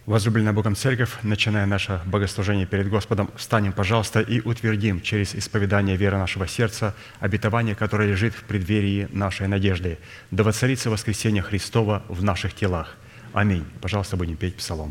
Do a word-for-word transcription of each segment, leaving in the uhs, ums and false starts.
Возлюбленная Богом Церковь, начиная наше богослужение перед Господом, встанем, пожалуйста, и утвердим через исповедание веры нашего сердца обетование, которое лежит в преддверии нашей надежды. Да воцарится воскресение Христова в наших телах. Аминь. Пожалуйста, будем петь псалом.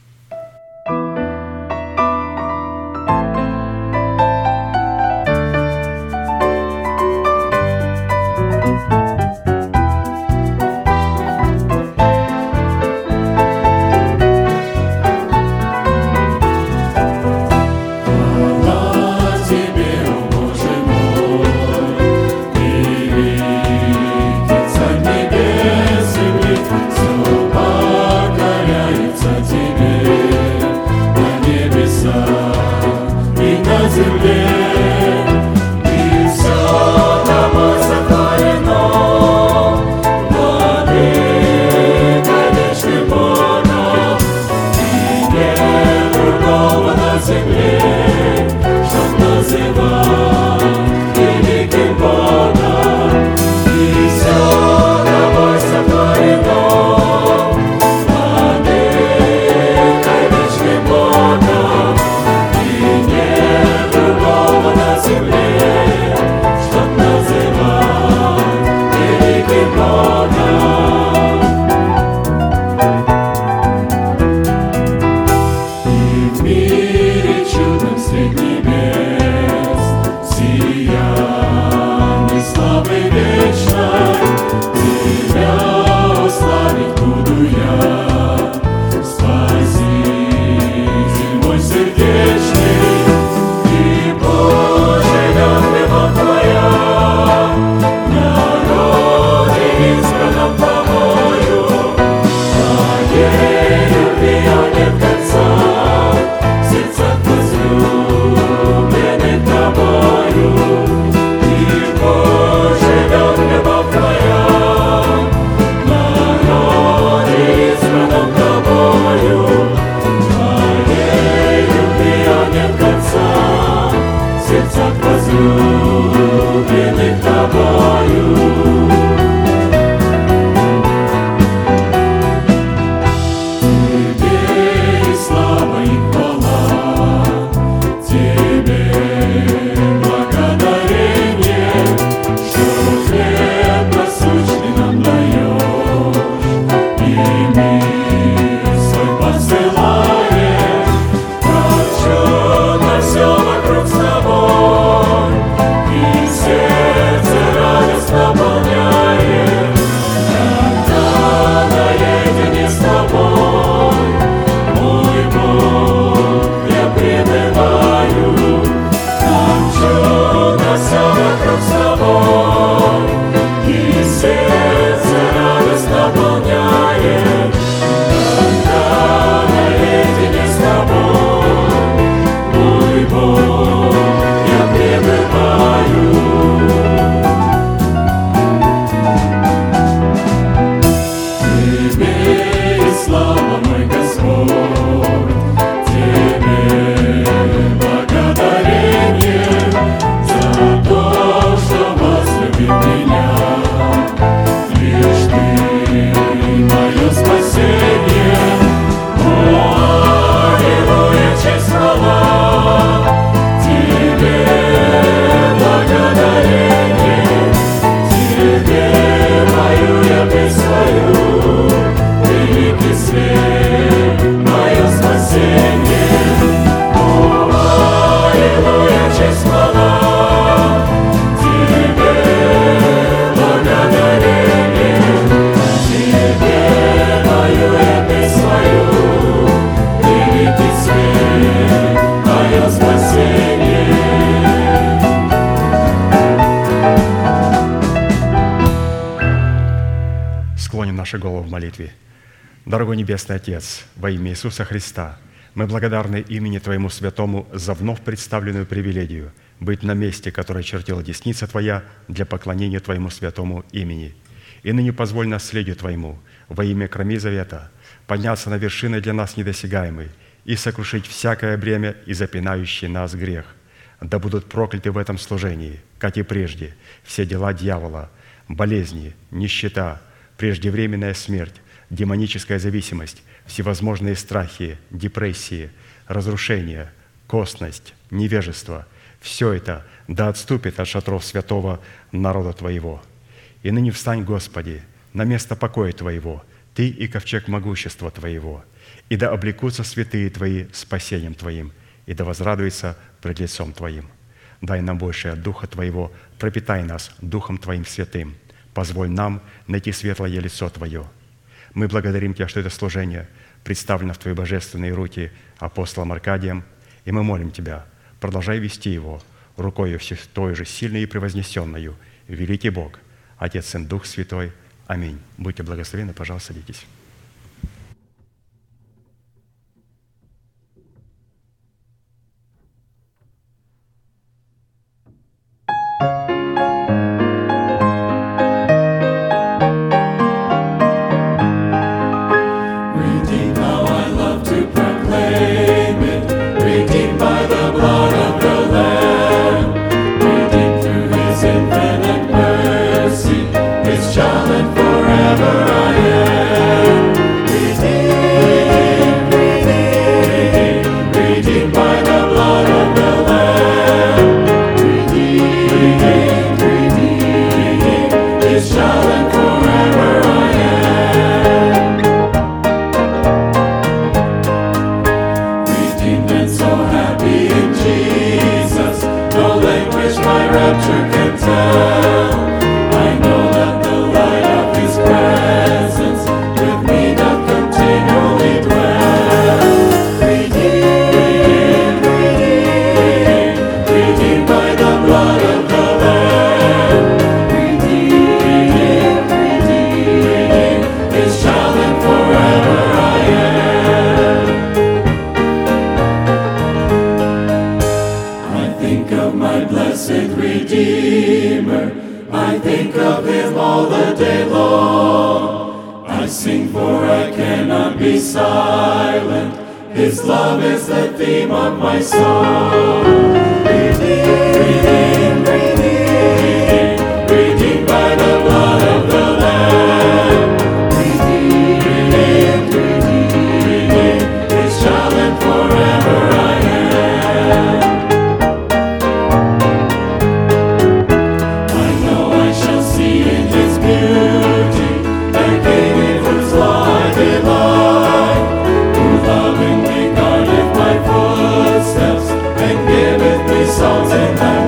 Дорогой Небесный Отец, во имя Иисуса Христа, мы благодарны имени Твоему Святому за вновь представленную привилегию быть на месте, которое чертила десница Твоя для поклонения Твоему святому имени. И ныне позволь наследию Твоему во имя кроми завета подняться на вершины для нас недосягаемой и сокрушить всякое бремя и запинающий нас грех. Да будут прокляты в этом служении, как и прежде, все дела дьявола, болезни, нищета, преждевременная смерть, демоническая зависимость, всевозможные страхи, депрессии, разрушение, косность, невежество – все это да отступит от шатров святого народа Твоего. И ныне встань, Господи, на место покоя Твоего, Ты и ковчег могущества Твоего, и да облекутся святые Твои спасением Твоим, и да возрадуется пред лицом Твоим. Дай нам больше от Духа Твоего, пропитай нас Духом Твоим святым, позволь нам найти светлое лицо Твое. Мы благодарим Тебя, что это служение представлено в Твои божественные руки апостолом Аркадием, и мы молим Тебя, продолжай вести его рукою все той же сильной и превознесенную, великий Бог, Отец, Сын, Дух Святой. Аминь. Будьте благословенны, пожалуйста, садитесь. His love is the theme of my song. Redeemed, redeemed, redeemed, redeemed by the blood of the Lamb. Redeemed, redeemed, redeemed, redeemed, His child and forever I am. I know I shall see in His beauty that King in whose law I delight, who lovingly footsteps and giveth me songs in the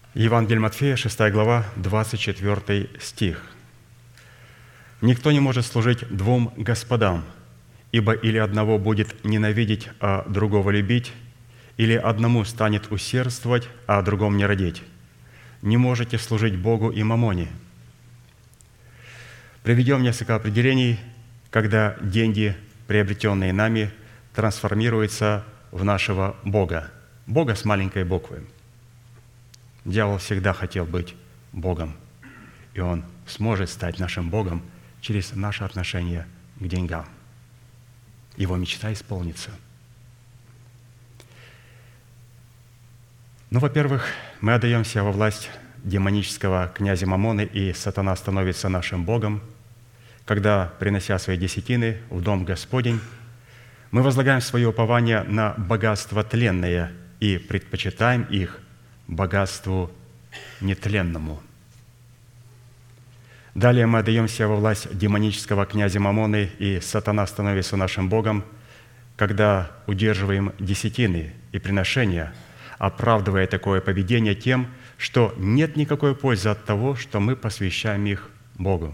Евангелие Матфея, шестая глава, двадцать четвёртый стих. «Никто не может служить двум господам, ибо или одного будет ненавидеть, а другого любить, или одному станет усердствовать, а другому не родить. Не можете служить Богу и мамоне». Приведем несколько определений, когда деньги, приобретенные нами, трансформируются в нашего Бога. Бога с маленькой буквы. Дьявол всегда хотел быть Богом, и он сможет стать нашим Богом через наше отношение к деньгам. Его мечта исполнится. Ну, во-первых, мы отдаемся во власть демонического князя Мамоны, и сатана становится нашим Богом, когда, принося свои десятины в дом Господень, мы возлагаем свое упование на богатство тленное и предпочитаем их богатству нетленному. Далее мы отдаемся во власть демонического князя Мамоны, и сатана становится нашим Богом, когда удерживаем десятины и приношения, оправдывая такое поведение тем, что нет никакой пользы от того, что мы посвящаем их Богу.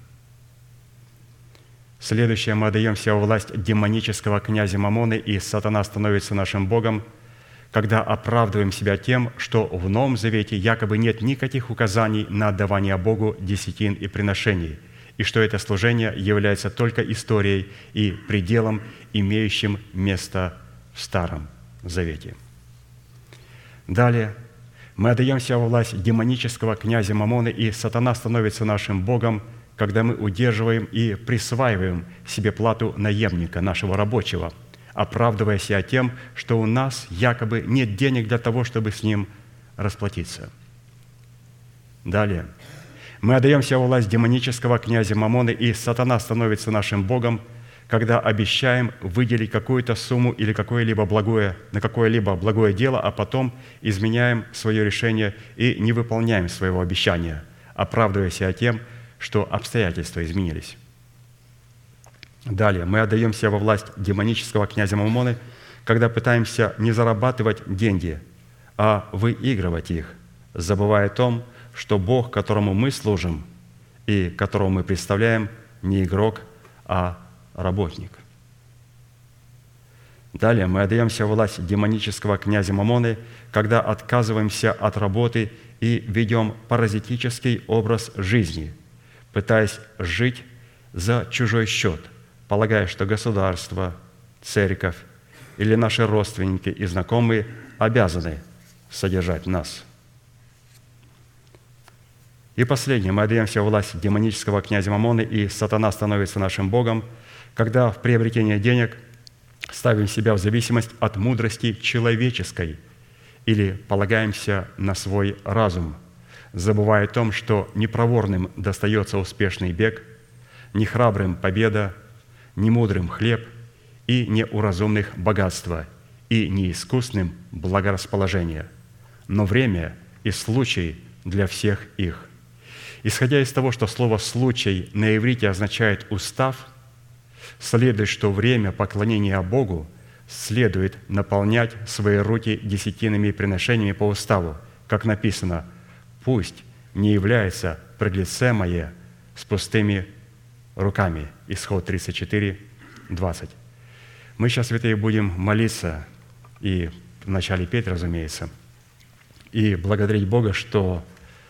Следующее, мы отдаемся во власть демонического князя Мамоны, и сатана становится нашим Богом, когда оправдываем себя тем, что в Новом Завете якобы нет никаких указаний на отдавание Богу десятин и приношений, и что это служение является только историей и пределом, имеющим место в Старом Завете. Далее, мы отдаемся во власть демонического князя Мамоны, и сатана становится нашим Богом, когда мы удерживаем и присваиваем себе плату наемника, нашего рабочего, оправдывая себя тем, что у нас якобы нет денег для того, чтобы с ним расплатиться. Далее. Мы отдаемся во власть демонического князя Мамоны, и сатана становится нашим Богом, когда обещаем выделить какую-то сумму или какое-либо благое, на какое-либо благое дело, а потом изменяем свое решение и не выполняем своего обещания, оправдывая себя тем, что обстоятельства изменились. Далее, мы отдаемся во власть демонического князя Мамоны, когда пытаемся не зарабатывать деньги, а выигрывать их, забывая о том, что Бог, которому мы служим и которого мы представляем, не игрок, а работник. Далее, мы отдаемся во власть демонического князя Мамоны, когда отказываемся от работы и ведем паразитический образ жизни, пытаясь жить за чужой счет, полагая, что государство, церковь или наши родственники и знакомые обязаны содержать нас. И последнее, мы отдаемся во власть демонического князя Мамоны, и сатана становится нашим Богом, когда в приобретении денег ставим себя в зависимость от мудрости человеческой или полагаемся на свой разум, забывая о том, что непроворным достается успешный бег, не храбрым победа, не мудрым хлеб, и не у разумных богатство, и не искусным благорасположение, но время и случай для всех их. Исходя из того, что слово «случай» на иврите означает «устав», следует, что время поклонения Богу следует наполнять свои руки десятинными приношениями по уставу, как написано: «Пусть не является пред лице мое с пустыми руками». Исход тридцать четыре, двадцать. Мы сейчас, святые, будем молиться, и вначале петь, разумеется, и благодарить Бога, что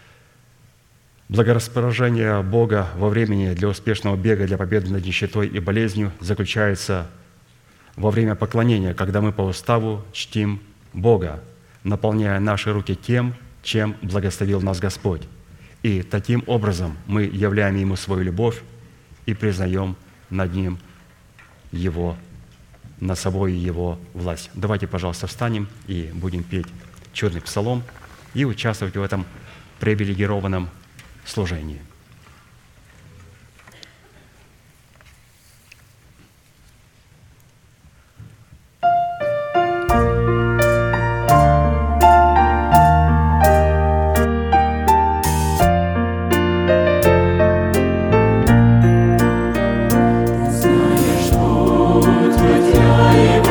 благорасположение Бога во времени для успешного бега, для победы над нищетой и болезнью заключается во время поклонения, когда мы по уставу чтим Бога, наполняя наши руки тем, чем благословил нас Господь. И таким образом мы являем Ему свою любовь и признаем над Ним Его, над собой Его власть. Давайте, пожалуйста, встанем и будем петь чудный псалом и участвовать в этом привилегированном служении.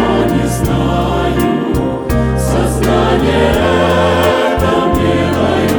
Сознание это мне дает.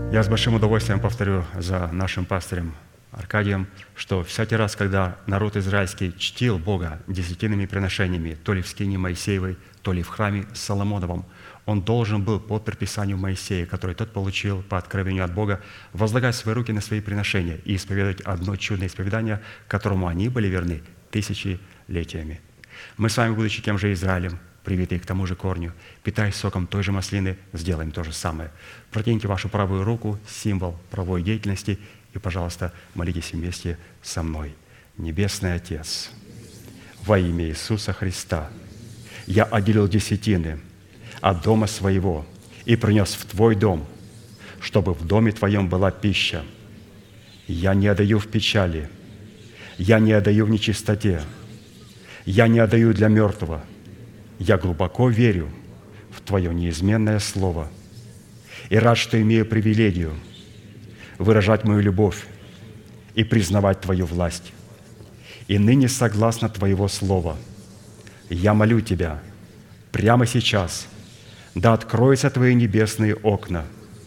Я с большим удовольствием повторю за нашим пастырем Аркадием, что всякий раз, когда народ израильский чтил Бога десятинными приношениями, то ли в скине Моисеевой, то ли в храме Соломоновом, он должен был по предписанию Моисея, который тот получил по откровению от Бога, возлагать свои руки на свои приношения и исповедовать одно чудное исповедание, которому они были верны тысячелетиями. Мы с вами, будучи тем же Израилем, привитые к тому же корню, питаясь соком той же маслины, сделаем то же самое. Протяните вашу правую руку, символ правовой деятельности, и, пожалуйста, молитесь вместе со мной. Небесный Отец, во имя Иисуса Христа, я отделил десятины от дома своего и принес в Твой дом, чтобы в доме Твоем была пища. Я не отдаю в печали, я не отдаю в нечистоте, я не отдаю для мертвого. Я глубоко верю в Твое неизменное Слово и рад, что имею привилегию выражать мою любовь и признавать Твою власть. И ныне, согласно Твоего Слова, я молю Тебя прямо сейчас, да откроются Твои небесные окна,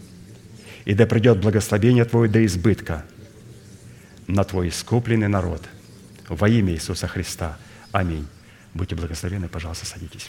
и да придет благословение Твое до избытка на Твой искупленный народ. Во имя Иисуса Христа. Аминь. Будьте благословенны, пожалуйста, садитесь.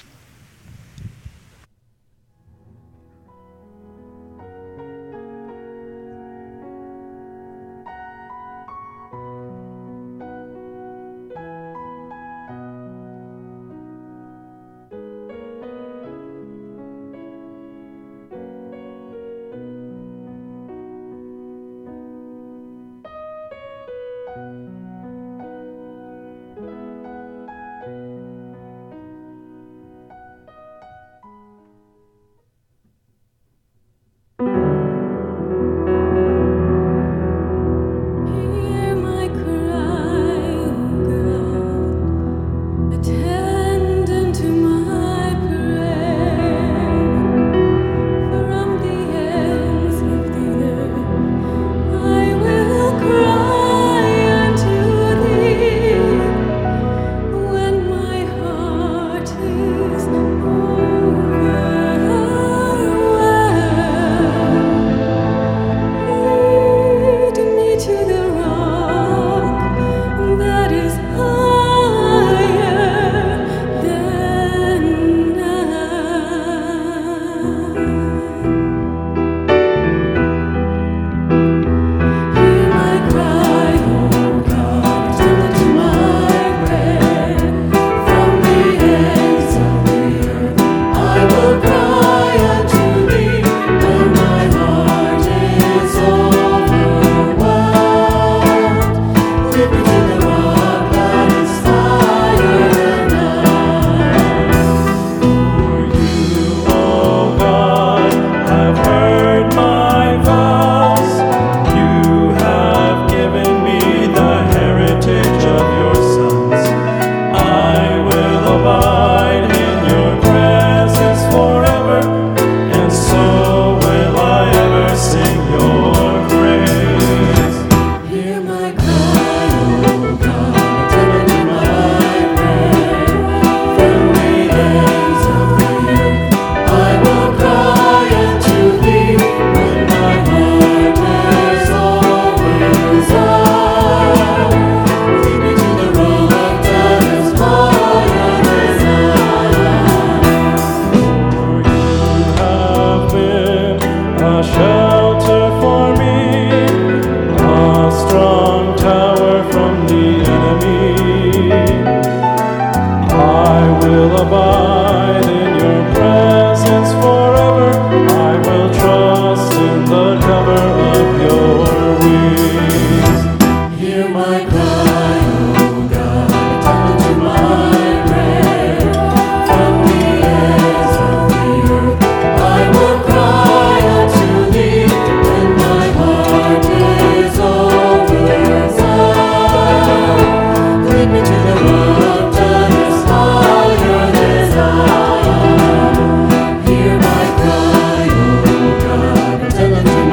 Tell them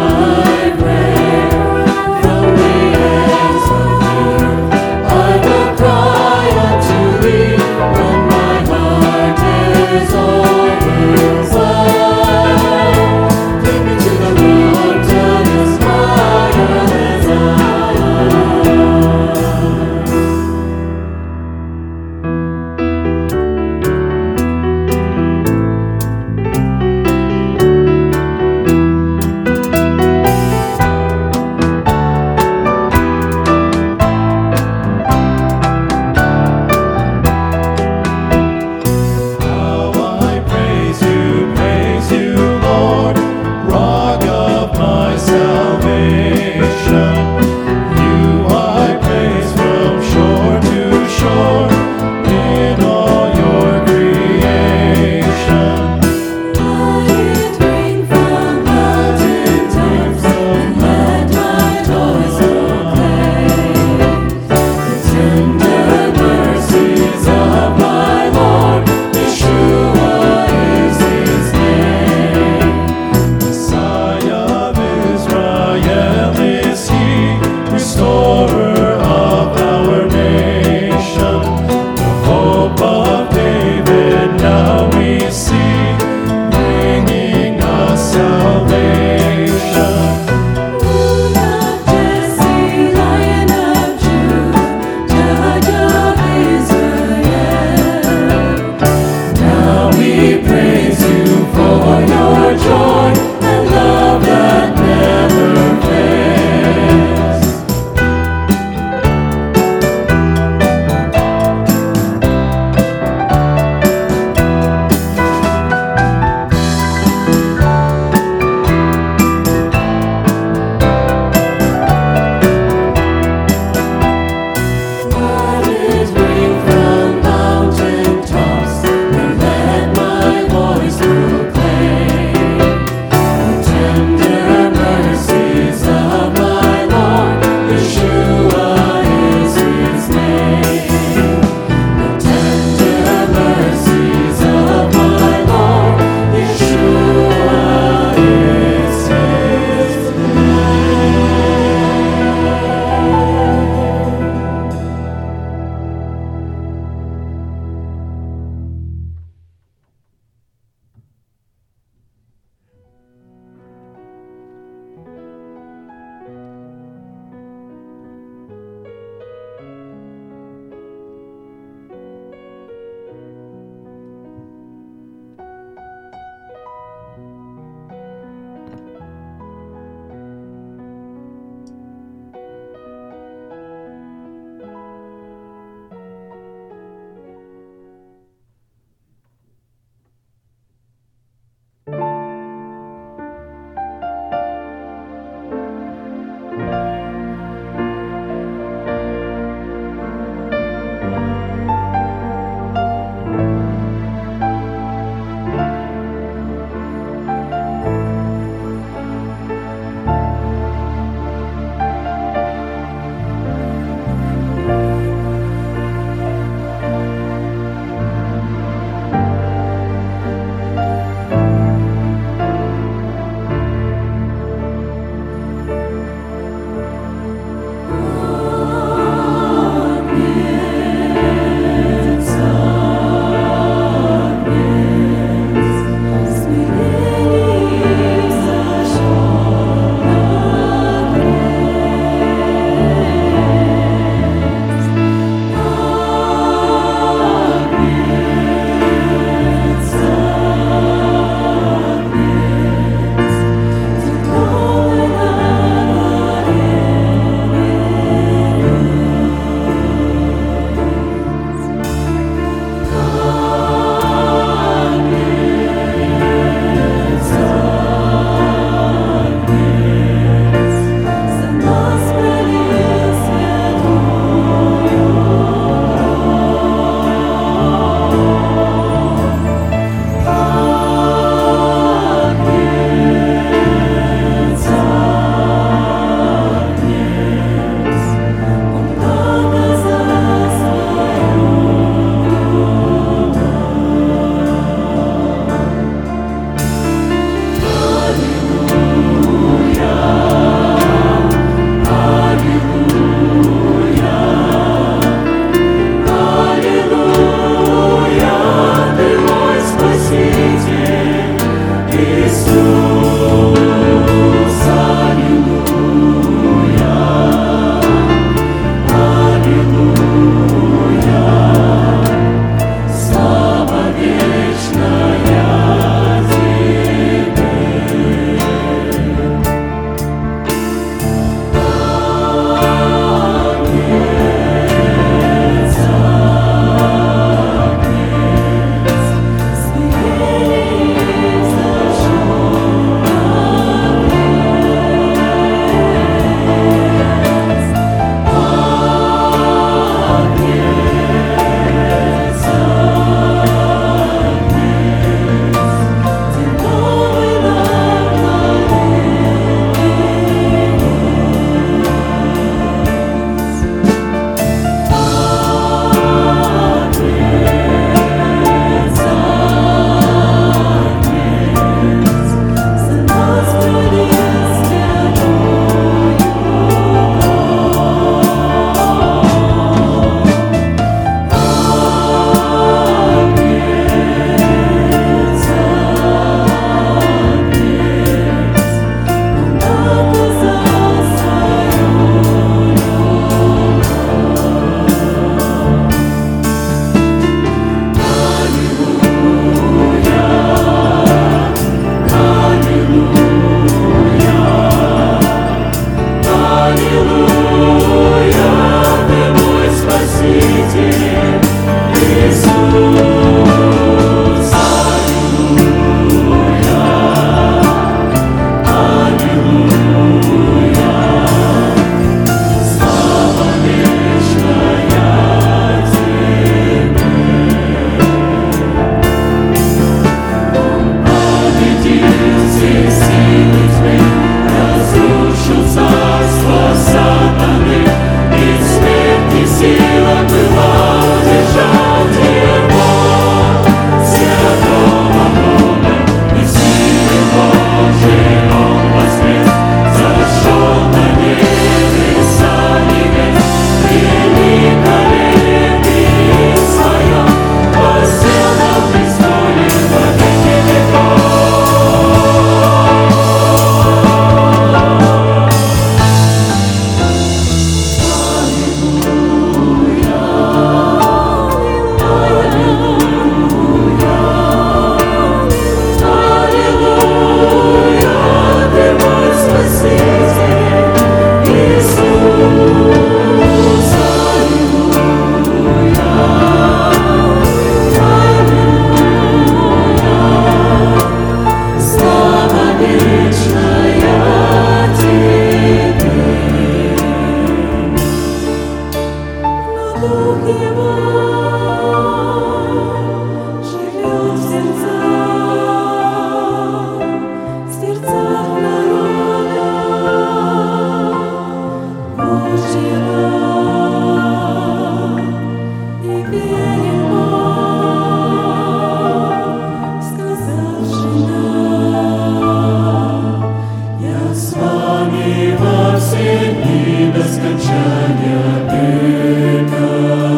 вами во все дни до скончания века.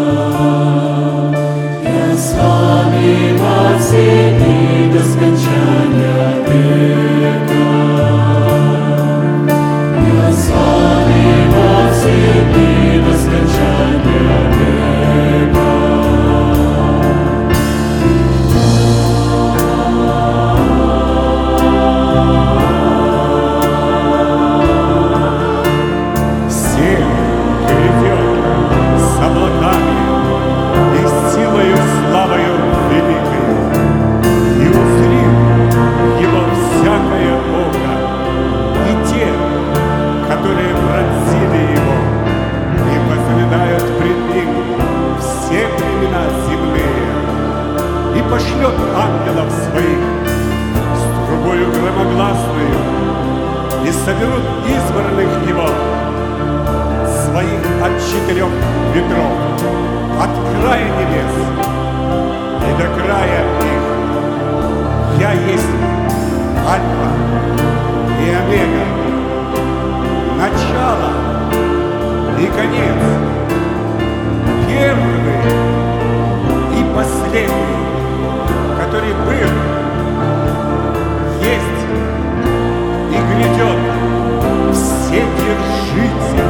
Я с вами во все дни до скончания века. Я с вами во все дни до скончания века. Пошлет ангелов своих с трубою громогласную, и соберут избранных его, своих от четырех ветров, от края небес и до края их. Я есть Альфа и Омега, начало и конец, первый и последний, который был, есть и грядет, вседержитель.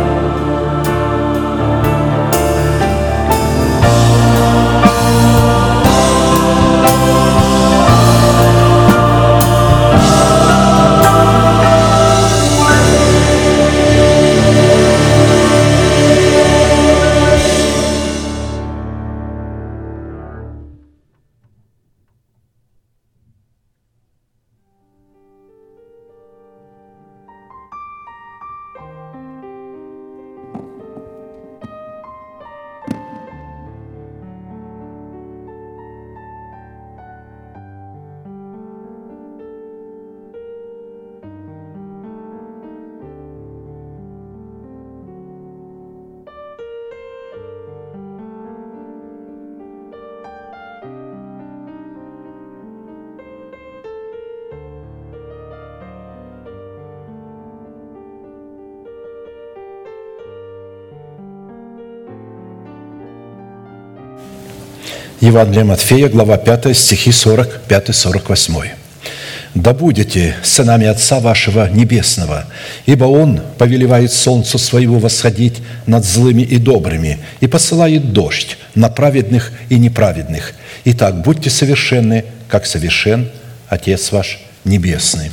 Евангелие Матфея, глава пятая, стихи сорок пять сорок восемь. «Да будете сынами Отца вашего Небесного, ибо Он повелевает солнцу своего восходить над злыми и добрыми и посылает дождь на праведных и неправедных. Итак, будьте совершенны, как совершен Отец ваш Небесный».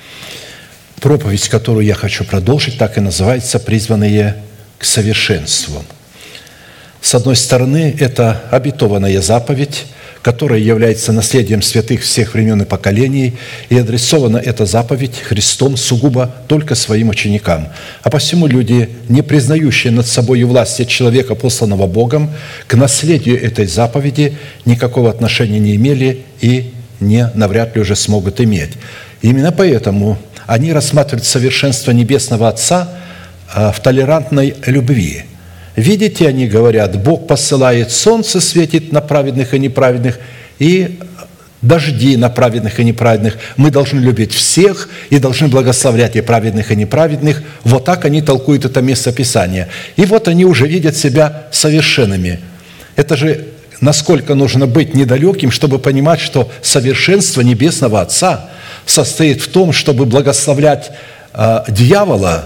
Проповедь, которую я хочу продолжить, так и называется «Призванные к совершенству». С одной стороны, это обетованная заповедь, которая является наследием святых всех времен и поколений, и адресована эта заповедь Христом сугубо только своим ученикам. А посему люди, не признающие над собой власти человека, посланного Богом, к наследию этой заповеди никакого отношения не имели и не навряд ли уже смогут иметь. Именно поэтому они рассматривают совершенство Небесного Отца в толерантной любви. Видите, они говорят, Бог посылает солнце, светит на праведных и неправедных, и дожди на праведных и неправедных. Мы должны любить всех и должны благословлять и праведных, и неправедных. Вот так они толкуют это место Писания. И вот они уже видят себя совершенными. Это же насколько нужно быть недалеким, чтобы понимать, что совершенство Небесного Отца состоит в том, чтобы благословлять э, дьявола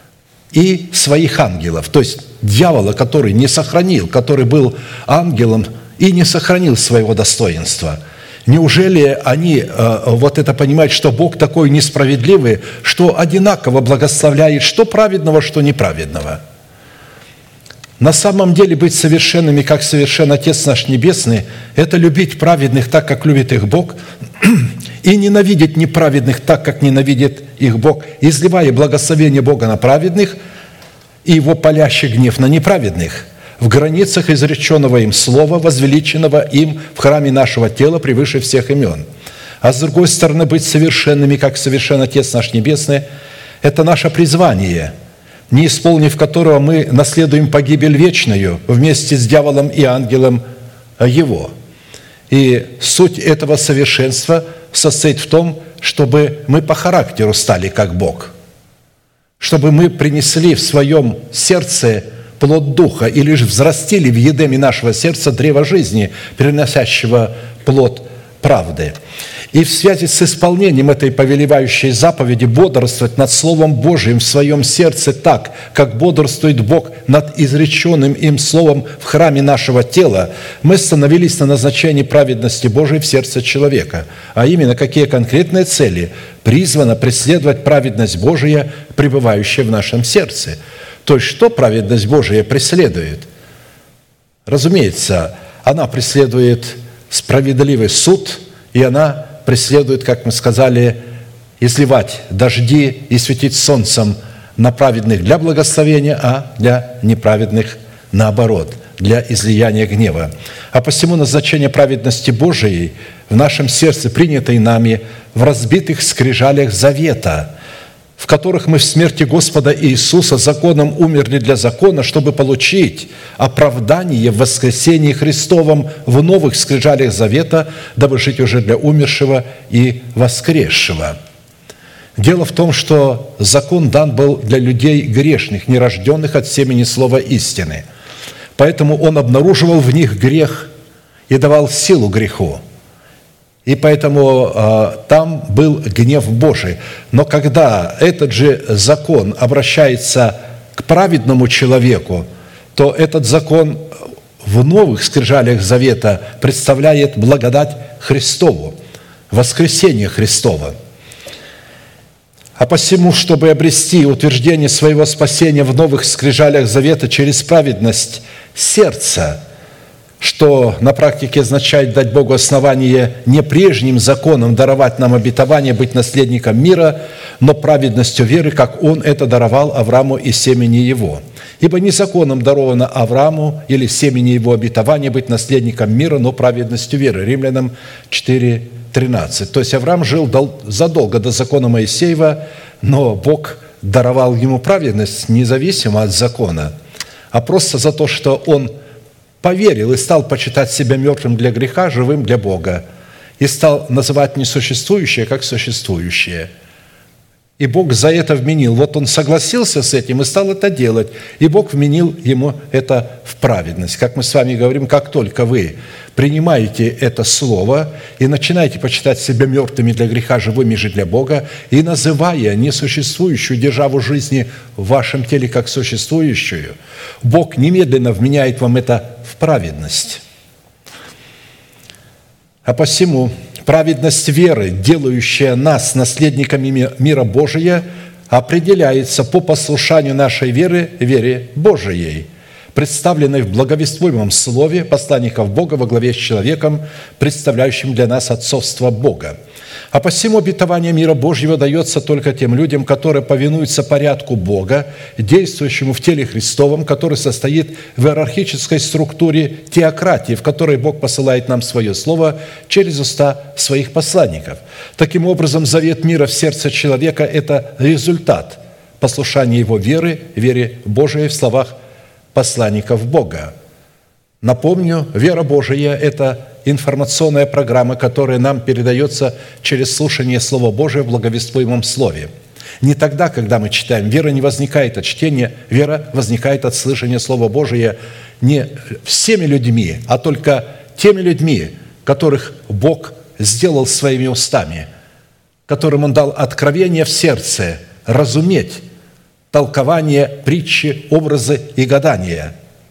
и своих ангелов. То есть дьявола, который не сохранил, который был ангелом и не сохранил своего достоинства. Неужели они э, вот это понимают, что Бог такой несправедливый, что одинаково благословляет что праведного, что неправедного? На самом деле быть совершенными, как совершен Отец наш Небесный, это любить праведных так, как любит их Бог, и ненавидеть неправедных так, как ненавидит их Бог, изливая благословение Бога на праведных и Его палящий гнев на неправедных в границах изреченного им слова, возвеличенного им в храме нашего тела превыше всех имен. А с другой стороны, быть совершенными, как совершен Отец наш Небесный, это наше призвание, не исполнив которого мы наследуем погибель вечную вместе с дьяволом и ангелом его. И суть этого совершенства состоит в том, чтобы мы по характеру стали как Бог. чтобы мы принесли в своем сердце плод Духа или же взрастили в едеме нашего сердца древо жизни, переносящего плод правды. И в связи с исполнением этой повелевающей заповеди бодрствовать над Словом Божиим в своем сердце так, как бодрствует Бог над изреченным им Словом в храме нашего тела, мы остановились на назначении праведности Божией в сердце человека, а именно какие конкретные цели призвано преследовать праведность Божия, пребывающая в нашем сердце. То есть, что праведность Божия преследует? Разумеется, она преследует справедливый суд, и она преследует, как мы сказали, изливать дожди и светить солнцем на праведных для благословения, а для неправедных наоборот, для излияния гнева. А посему назначение праведности Божией в нашем сердце, принятой нами в разбитых скрижалях завета, в которых мы в смерти Господа Иисуса законом умерли для закона, чтобы получить оправдание в воскресении Христовом в новых скрижалях завета, дабы жить уже для умершего и воскресшего. Дело в том, что закон дан был для людей грешных, нерожденных от семени слова истины. Поэтому он обнаруживал в них грех и давал силу греху. И поэтому э, там был гнев Божий. Но когда этот же закон обращается к праведному человеку, то этот закон в новых скрижалях завета представляет благодать Христову, воскресение Христово. А посему, чтобы обрести утверждение своего спасения в новых скрижалях завета через праведность сердца, что на практике означает дать Богу основание не прежним законом даровать нам обетование быть наследником мира, но праведностью веры, как Он это даровал Аврааму и семени его. Ибо не законом даровано Аврааму или семени его обетование быть наследником мира, но праведностью веры. Римлянам четыре тринадцать. То есть Авраам жил задолго до закона Моисеева, но Бог даровал ему праведность независимо от закона, а просто за то, что он поверил и стал почитать себя мертвым для греха, живым для Бога, и стал называть несуществующее как существующее. И Бог за это вменил. Вот он согласился с этим и стал это делать, и Бог вменил ему это в праведность. Как мы с вами говорим, как только вы принимаете это слово и начинаете почитать себя мертвыми для греха, живыми же для Бога, и называя несуществующую державу жизни в вашем теле как существующую, Бог немедленно вменяет вам это в праведность. А посему праведность веры, делающая нас наследниками мира Божия, определяется по послушанию нашей веры, вере Божией, представленной в благовествуемом слове посланников Бога во главе с человеком, представляющим для нас отцовство Бога. А посему обетование мира Божьего дается только тем людям, которые повинуются порядку Бога, действующему в теле Христовом, который состоит в иерархической структуре теократии, в которой Бог посылает нам свое слово через уста своих посланников. Таким образом, завет мира в сердце человека – это результат послушания его веры, вере Божией в словах посланников Бога. Напомню, вера Божия – это информационная программа, которая нам передается через слушание Слова Божия в благовествуемом Слове. Не тогда, когда мы читаем. Вера не возникает от чтения, вера возникает от слышания Слова Божия не всеми людьми, а только теми людьми, которых Бог сделал своими устами, которым Он дал откровение в сердце, разуметь толкование, притчи, образы и гадания.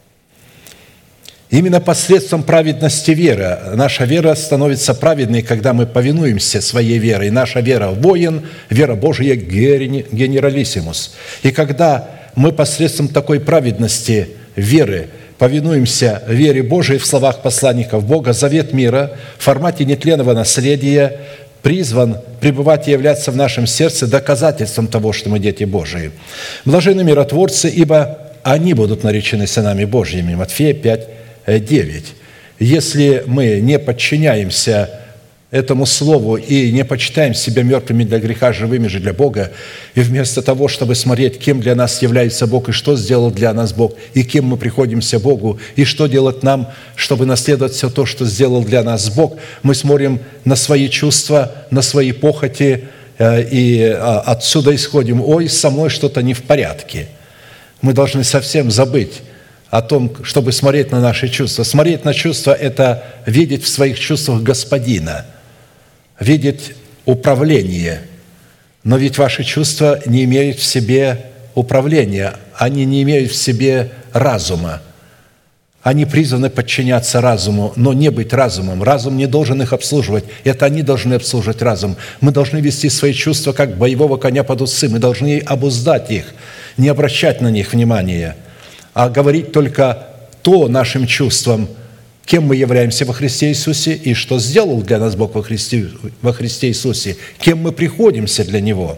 Именно посредством праведности веры наша вера становится праведной, когда мы повинуемся своей верой. Наша вера – воин, вера Божия – генералиссимус. И когда мы посредством такой праведности веры повинуемся вере Божией в словах посланников Бога, завет мира в формате нетленного наследия призван пребывать и являться в нашем сердце доказательством того, что мы дети Божии. Блаженны миротворцы, ибо они будут наречены сынами Божьими. Матфея пять девять. Если мы не подчиняемся этому слову и не почитаем себя мертвыми для греха, живыми же для Бога, и вместо того, чтобы смотреть, кем для нас является Бог и что сделал для нас Бог, и кем мы приходимся Богу, и что делать нам, чтобы наследовать все то, что сделал для нас Бог, мы смотрим на свои чувства, на свои похоти и отсюда исходим: «Ой, со мной что-то не в порядке». Мы должны совсем забыть о том, чтобы смотреть на наши чувства. Смотреть на чувства – это видеть в своих чувствах Господина, видеть управление. Но ведь ваши чувства не имеют в себе управления, они не имеют в себе разума. Они призваны подчиняться разуму, но не быть разумом. Разум не должен их обслуживать. Это они должны обслуживать разум. Мы должны вести свои чувства, как боевого коня под усы. Мы должны обуздать их, не обращать на них внимания, а говорить только то нашим чувствам, кем мы являемся во Христе Иисусе и что сделал для нас Бог во Христе, во Христе Иисусе, кем мы приходимся для Него.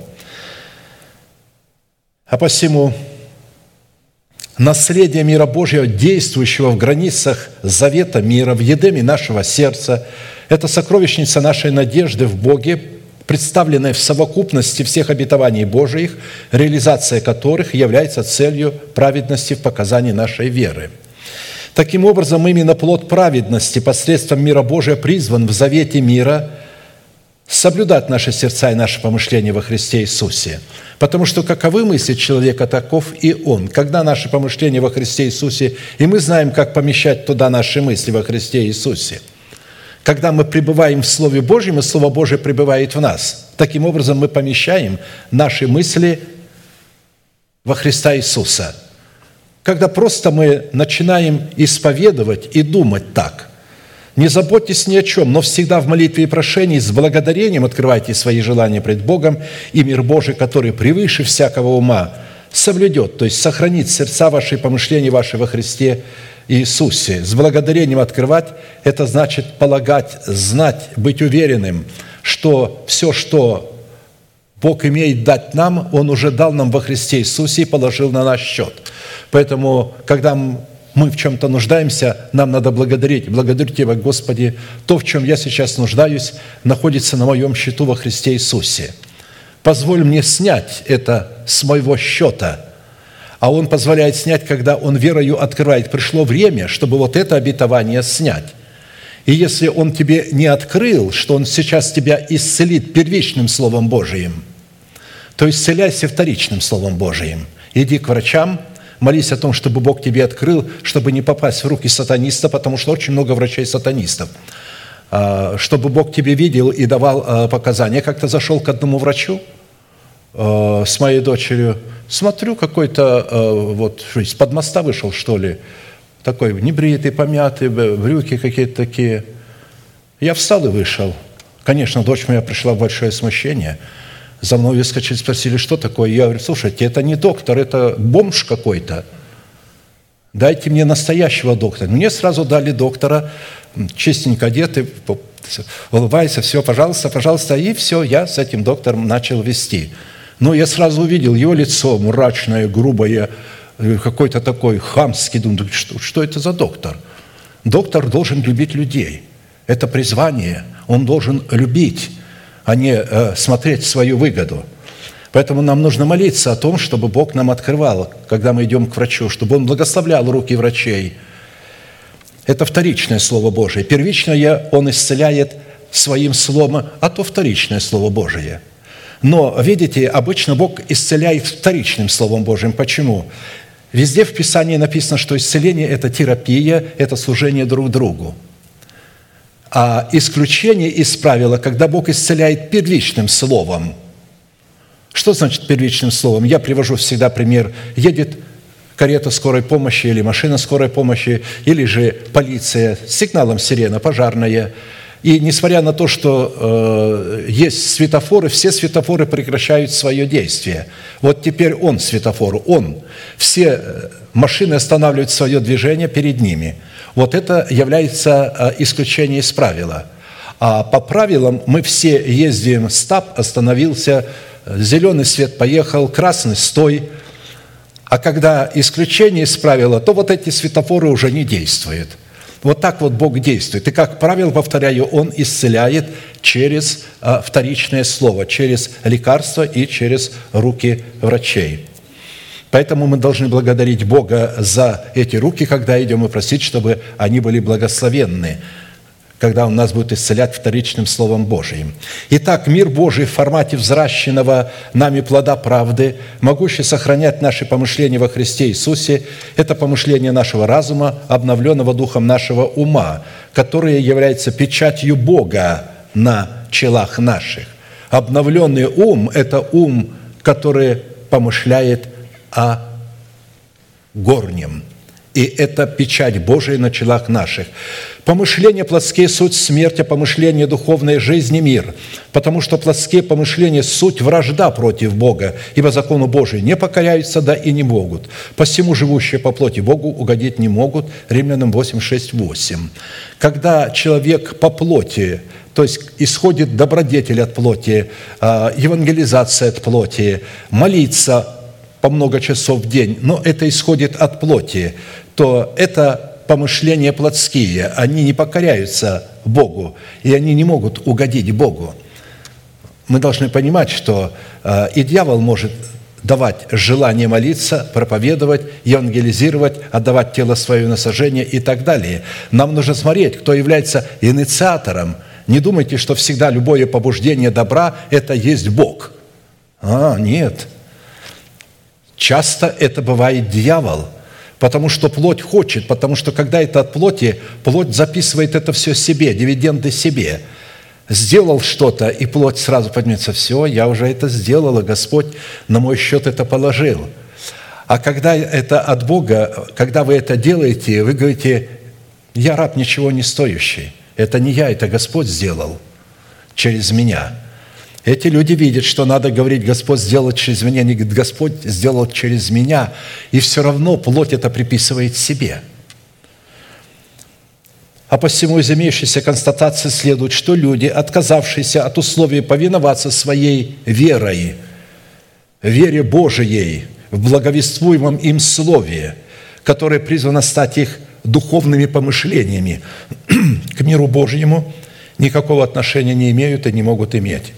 А посему наследие мира Божьего, действующего в границах завета мира, в едеме нашего сердца, это сокровищница нашей надежды в Боге, представленная в совокупности всех обетований Божиих, реализация которых является целью праведности в показании нашей веры. Таким образом, именно плод праведности посредством мира Божия призван в завете мира соблюдать наши сердца и наши помышления во Христе Иисусе. Потому что каковы мысли человека, таков и он. Когда наши помышления во Христе Иисусе, и мы знаем, как помещать туда наши мысли во Христе Иисусе. Когда мы пребываем в Слове Божьем, и Слово Божие пребывает в нас. Таким образом, мы помещаем наши мысли во Христа Иисуса. Когда просто мы начинаем исповедовать и думать так. Не заботьтесь ни о чем, но всегда в молитве и прошении с благодарением открывайте свои желания пред Богом, и мир Божий, который превыше всякого ума, соблюдет, то есть сохранит сердца ваши и помышления ваши во Христе Иисусе. С благодарением открывать – это значит полагать, знать, быть уверенным, что все, что Бог имеет дать нам, Он уже дал нам во Христе Иисусе и положил на наш счет. Поэтому, когда мы в чем-то нуждаемся, нам надо благодарить. Благодарю Тебя, Господи, то, в чем я сейчас нуждаюсь, находится на моем счету во Христе Иисусе. Позволь мне снять это с моего счета. А Он позволяет снять, когда Он верою открывает. Пришло время, чтобы вот это обетование снять. И если Он тебе не открыл, что Он сейчас тебя исцелит первичным Словом Божиим, то исцеляйся вторичным Словом Божиим. Иди к врачам, молись о том, чтобы Бог тебе открыл, чтобы не попасть в руки сатаниста, потому что очень много врачей-сатанистов. Чтобы Бог тебе видел и давал показания. Я как-то зашел к одному врачу с моей дочерью, смотрю, какой-то, вот, из-под моста вышел, что ли, такой небритый, помятый, брюки какие-то такие. Я встал и вышел. Конечно, дочь моя пришла в большое смущение. За мной выскочили, спросили, что такое. Я говорю: слушайте, это не доктор, это бомж какой-то. Дайте мне настоящего доктора. Мне сразу дали доктора, чистенько одетый, улыбайся, все, пожалуйста, пожалуйста. И все, я с этим доктором начал вести. Но я сразу увидел его лицо мрачное, грубое, какой-то такой хамский. Думаю, что, что это за доктор? Доктор должен любить людей. Это призвание. Он должен любить, а не э, смотреть свою выгоду. Поэтому нам нужно молиться о том, чтобы Бог нам открывал, когда мы идем к врачу, чтобы Он благословлял руки врачей. Это вторичное Слово Божие. Первичное Он исцеляет Своим Словом, а то вторичное Слово Божие. Но, видите, обычно Бог исцеляет вторичным Словом Божьим. Почему? Везде в Писании написано, что исцеление – это терапия, это служение друг другу. А исключение из правила, когда Бог исцеляет первичным словом. Что значит первичным словом? Я привожу всегда пример. Едет карета скорой помощи или машина скорой помощи, или же полиция с сигналом сирена, пожарная. И несмотря на то, что э, есть светофоры, все светофоры прекращают свое действие. Вот теперь он светофор, он. Все машины останавливают свое движение перед ними. Вот это является исключением из правила. А по правилам мы все ездим, стоп, остановился, зеленый свет поехал, красный стой. А когда исключение из правила, то вот эти светофоры уже не действуют. Вот так вот Бог действует. И, как правило, повторяю, Он исцеляет через вторичное слово, через лекарство и через руки врачей. Поэтому мы должны благодарить Бога за эти руки, когда идем и просить, чтобы они были благословенны. когда Он нас будет исцелять вторичным Словом Божиим. Итак, мир Божий в формате взращенного нами плода правды, могущий сохранять наши помышления во Христе Иисусе, это помышление нашего разума, обновленного духом нашего ума, которое является печатью Бога на челах наших. Обновленный ум – это ум, который помышляет о горнем. И это печать Божия на челах наших. Помышления плотские – суть смерть, а помышления духовные – жизнь и мир. Потому что плотские помышления – суть вражда против Бога, ибо закону Божию не покоряются, да и не могут. Посему живущие по плоти Богу угодить не могут. Римлянам восемь, шесть, восемь. Когда человек по плоти, то есть исходит добродетель от плоти, евангелизация от плоти, молиться по много часов в день, но это исходит от плоти, то это помышления плотские, они не покоряются Богу, и они не могут угодить Богу. Мы должны понимать, что и дьявол может давать желание молиться, проповедовать, евангелизировать, отдавать тело свое на сожжение и так далее. Нам нужно смотреть, кто является инициатором. Не думайте, что всегда любое побуждение добра – это есть Бог. А, нет. Часто это бывает дьявол, потому что плоть хочет, потому что когда это от плоти, плоть записывает это все себе, дивиденды себе. Сделал что-то, и плоть сразу поднимется: все, я уже это сделала, Господь на мой счет это положил. А когда это от Бога, когда вы это делаете, вы говорите: я раб ничего не стоящий. Это не я, это Господь сделал через меня. Эти люди видят, что надо говорить: Господь сделал через меня. Они говорят: Господь сделал через меня. И все равно плоть это приписывает себе. А посему из имеющейся констатации следует, что люди, отказавшиеся от условий повиноваться своей верой, вере Божией, в благовествуемом им Слове, которое призвано стать их духовными помышлениями, к миру Божьему никакого отношения не имеют и не могут иметь.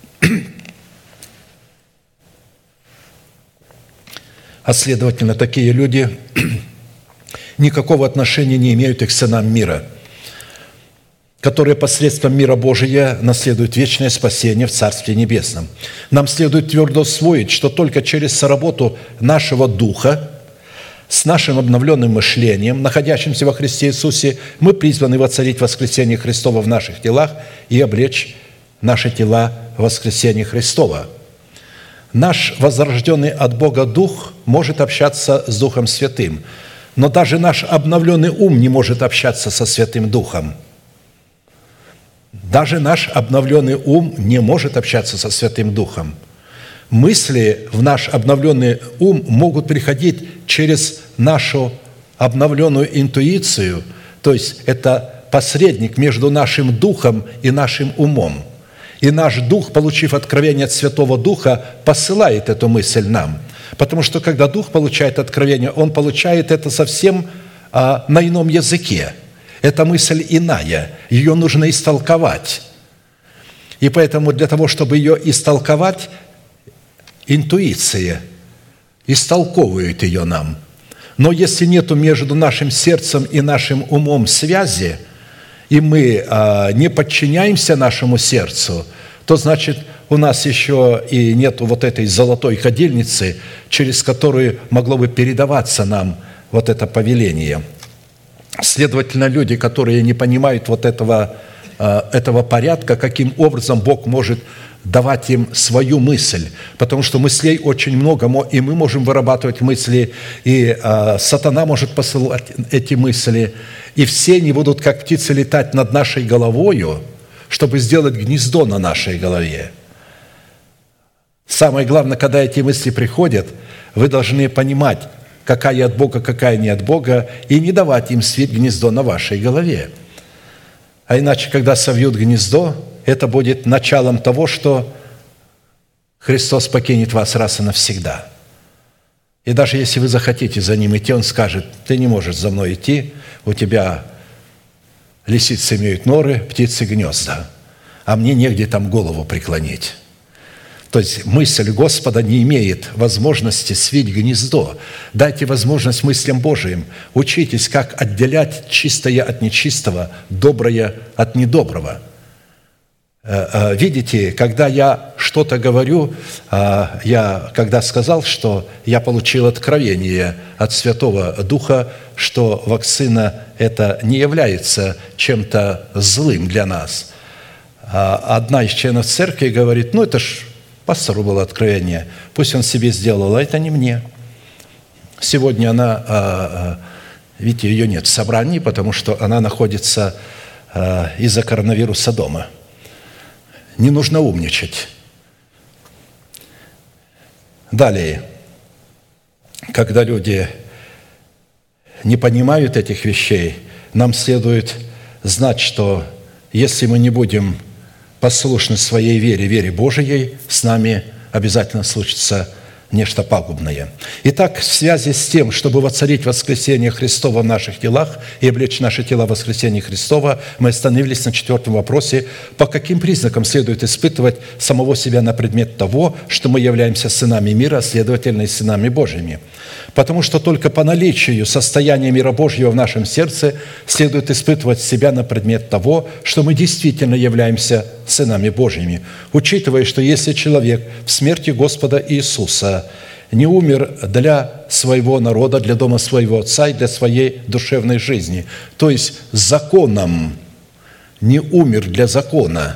А следовательно, такие люди никакого отношения не имеют и к сынам мира, которые посредством мира Божия наследуют вечное спасение в Царстве Небесном. Нам следует твердо усвоить, что только через соработу нашего духа с нашим обновленным мышлением, находящимся во Христе Иисусе, мы призваны воцарить воскресение Христова в наших телах и облечь наши тела в воскресение Христова. Наш возрожденный от Бога Дух может общаться с Духом Святым, но даже наш обновленный ум не может общаться со Святым Духом. Даже наш обновленный ум не может общаться со Святым Духом. Мысли в наш обновленный ум могут приходить через нашу обновленную интуицию, то есть это посредник между нашим духом и нашим умом. И наш дух, получив откровение от Святого Духа, посылает эту мысль нам. Потому что когда Дух получает откровение, он получает это совсем а, на ином языке. Эта мысль иная, ее нужно истолковать. И поэтому для того, чтобы ее истолковать, интуиция истолковывает ее нам. Но если нету между нашим сердцем и нашим умом связи, и мы а, не подчиняемся нашему сердцу, то значит у нас еще и нету вот этой золотой кадильницы, через которую могло бы передаваться нам вот это повеление. Следовательно, люди, которые не понимают вот этого, а, этого порядка, каким образом Бог может давать им свою мысль, потому что мыслей очень много, и мы можем вырабатывать мысли, и а, сатана может посылать эти мысли, и все они будут, как птицы, летать над нашей головою, чтобы сделать гнездо на нашей голове. Самое главное, когда эти мысли приходят, вы должны понимать, какая от Бога, какая не от Бога, и не давать им свить гнездо на вашей голове. А иначе, когда совьют гнездо, это будет началом того, что Христос покинет вас раз и навсегда. И даже если вы захотите за Ним идти, Он скажет: ты не можешь за мной идти, у тебя лисицы имеют норы, птицы гнезда, а мне негде там голову преклонить. То есть мысль Господа не имеет возможности свить гнездо. Дайте возможность мыслям Божиим. Учитесь, как отделять чистое от нечистого, доброе от недоброго. Видите, когда я что-то говорю, я когда сказал, что я получил откровение от Святого Духа, что вакцина это не является чем-то злым для нас. Одна из членов церкви говорит: ну это ж пастору было откровение, пусть он себе сделал, а это не мне. Сегодня она, видите, ее нет в собрании, потому что она находится из-за коронавируса дома. Не нужно умничать. Далее, когда люди не понимают этих вещей, нам следует знать, что если мы не будем послушны своей вере, вере Божией, с нами обязательно случится нечто пагубное. Итак, в связи с тем, чтобы воцарить воскресение Христова в наших телах и облечь наши тела в воскресение Христова, мы остановились на четвертом вопросе: по каким признакам следует испытывать самого себя на предмет того, что мы являемся сынами мира, а следовательно и сынами Божьими? Потому что только по наличию состояния мира Божьего в нашем сердце следует испытывать себя на предмет того, что мы действительно являемся сынами Божьими, учитывая, что если человек в смерти Господа Иисуса не умер для своего народа, для дома своего Отца и для своей душевной жизни, то есть законом не умер для закона,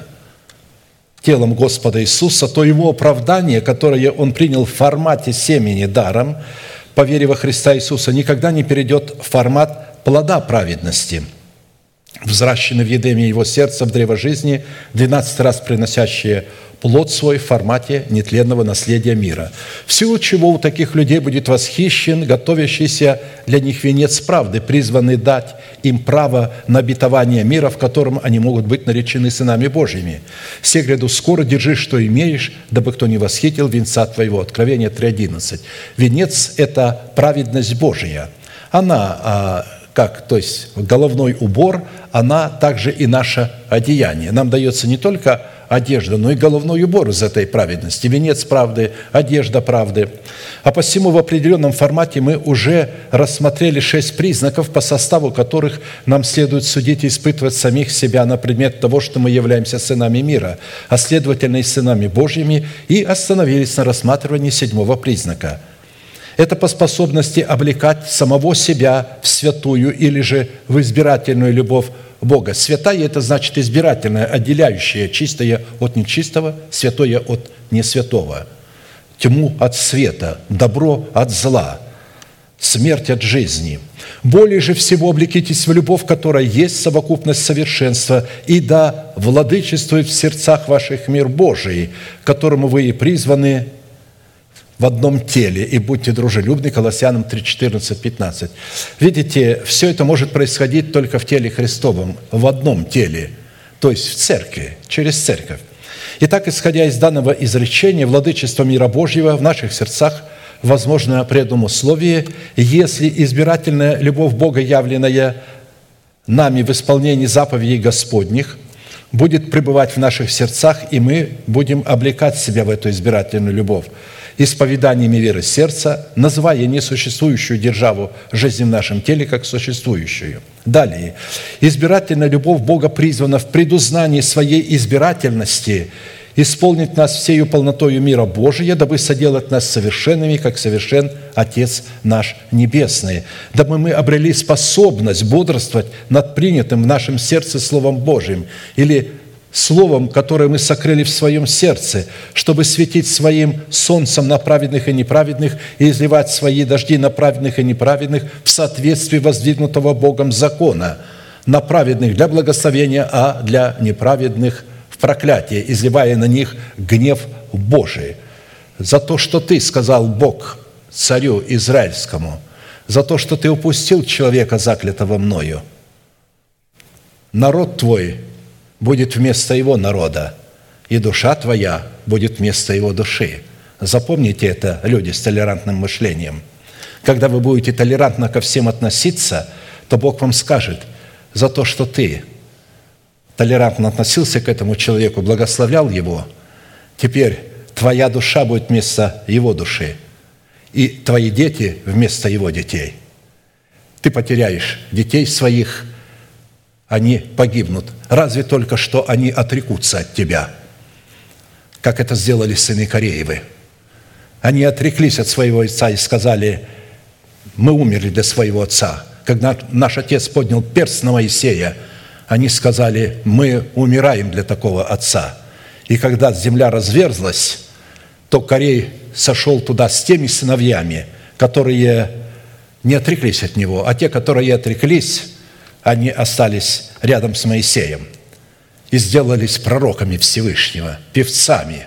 телом Господа Иисуса, то его оправдание, которое он принял в формате семени даром, по вере во Христа Иисуса, никогда не перейдет в формат плода праведности, взращенный в едеме его сердца в древо жизни, двенадцать раз приносящее плод свой в формате нетленного наследия мира. В силу чего у таких людей будет восхищен готовящийся для них венец правды, призванный дать им право на обетование мира, в котором они могут быть наречены сынами Божьими. «Се гряду скоро, держи, что имеешь, дабы кто не восхитил венца твоего». Откровение три одиннадцать. Венец – это праведность Божия. Она, как, то есть головной убор, она также и наше одеяние. Нам дается не только одежда, но и головной убор из этой праведности. Венец правды, одежда правды. А посему в определенном формате мы уже рассмотрели шесть признаков, по составу которых нам следует судить и испытывать самих себя на предмет того, что мы являемся сынами мира, а следовательно и сынами Божьими, и остановились на рассматривании седьмого признака. Это по способности облекать самого себя в святую или же в избирательную любовь Бога. Святая – это значит избирательное, отделяющее чистое от нечистого, святое от несвятого, тьму от света, добро от зла, смерть от жизни. Более же всего облекитесь в любовь, которая есть совокупность совершенства, и да владычествует в сердцах ваших мир Божий, к которому вы и призваны в одном теле, и будьте дружелюбны, Колоссянам три, четырнадцать, пятнадцать. Видите, все это может происходить только в теле Христовом, в одном теле, то есть в церкви, через церковь. Итак, исходя из данного изречения, владычество мира Божьего в наших сердцах возможно при одном условии, если избирательная любовь Бога, явленная нами в исполнении заповедей Господних, будет пребывать в наших сердцах, и мы будем облекать себя в эту избирательную любовь исповеданиями веры сердца, называя несуществующую державу жизни в нашем теле как существующую. Далее. Избирательная любовь Бога призвана в предузнании своей избирательности исполнить нас всею полнотою мира Божия, дабы соделать нас совершенными, как совершен Отец наш Небесный, дабы мы обрели способность бодрствовать над принятым в нашем сердце Словом Божьим или Словом, которое мы сокрыли в своем сердце, чтобы светить своим солнцем на праведных и неправедных и изливать свои дожди на праведных и неправедных в соответствии воздвигнутого Богом закона, на праведных для благословения, а для неправедных в проклятие, изливая на них гнев Божий. За то, что ты, сказал Бог царю израильскому, за то, что ты упустил человека, заклятого мною, народ твой будет вместо его народа, и душа твоя будет вместо его души. Запомните это, люди с толерантным мышлением. Когда вы будете толерантно ко всем относиться, то Бог вам скажет: за то, что ты толерантно относился к этому человеку, благословлял его, теперь твоя душа будет вместо его души, и твои дети вместо его детей. Ты потеряешь детей своих, они погибнут. Разве только что они отрекутся от тебя, как это сделали сыны Кореевы. Они отреклись от своего отца и сказали: мы умерли для своего отца. Когда наш отец поднял перст на Моисея, они сказали: мы умираем для такого отца. И когда земля разверзлась, то Корей сошел туда с теми сыновьями, которые не отреклись от него, а те, которые отреклись, они остались рядом с Моисеем и сделались пророками Всевышнего, певцами.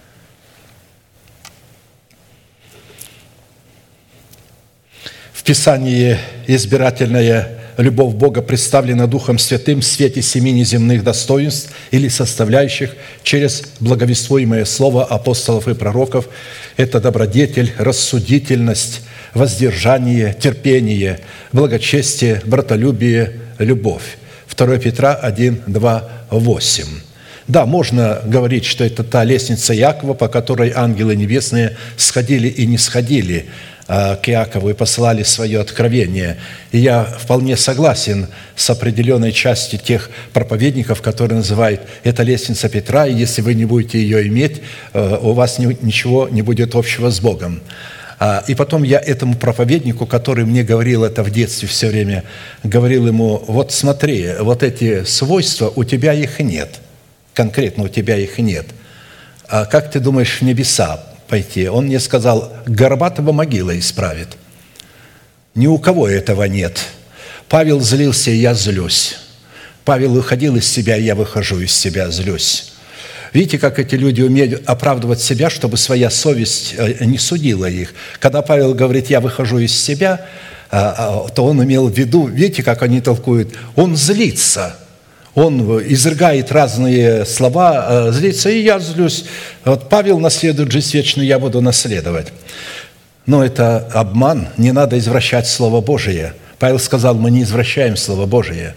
В Писании избирательная любовь Бога представлена Духом Святым в свете семи неземных достоинств или составляющих через благовествуемое слово апостолов и пророков. Это добродетель, рассудительность, воздержание, терпение, благочестие, братолюбие, любовь. второе Петра один, два, восемь. Да, можно говорить, что это та лестница Иакова, по которой ангелы небесные сходили и не сходили к Иакову и посылали свое откровение. И я вполне согласен с определенной частью тех проповедников, которые называют это лестница Петра, и если вы не будете ее иметь, у вас ничего не будет общего с Богом. И потом я этому проповеднику, который мне говорил это в детстве все время, говорил ему: вот смотри, вот эти свойства, у тебя их нет, конкретно у тебя их нет. А как ты думаешь в небеса пойти? Он мне сказал: горбатого могила исправит. Ни у кого этого нет. Павел злился, и я злюсь. Павел выходил из себя, и я выхожу из себя, злюсь. Видите, как эти люди умеют оправдывать себя, чтобы своя совесть не судила их. Когда Павел говорит: я выхожу из себя, то он имел в виду, видите, как они толкуют, он злится. Он изрыгает разные слова, злится, и я злюсь. Вот Павел наследует жизнь вечную, я буду наследовать. Но это обман, не надо извращать Слово Божие. Павел сказал: мы не извращаем Слово Божие.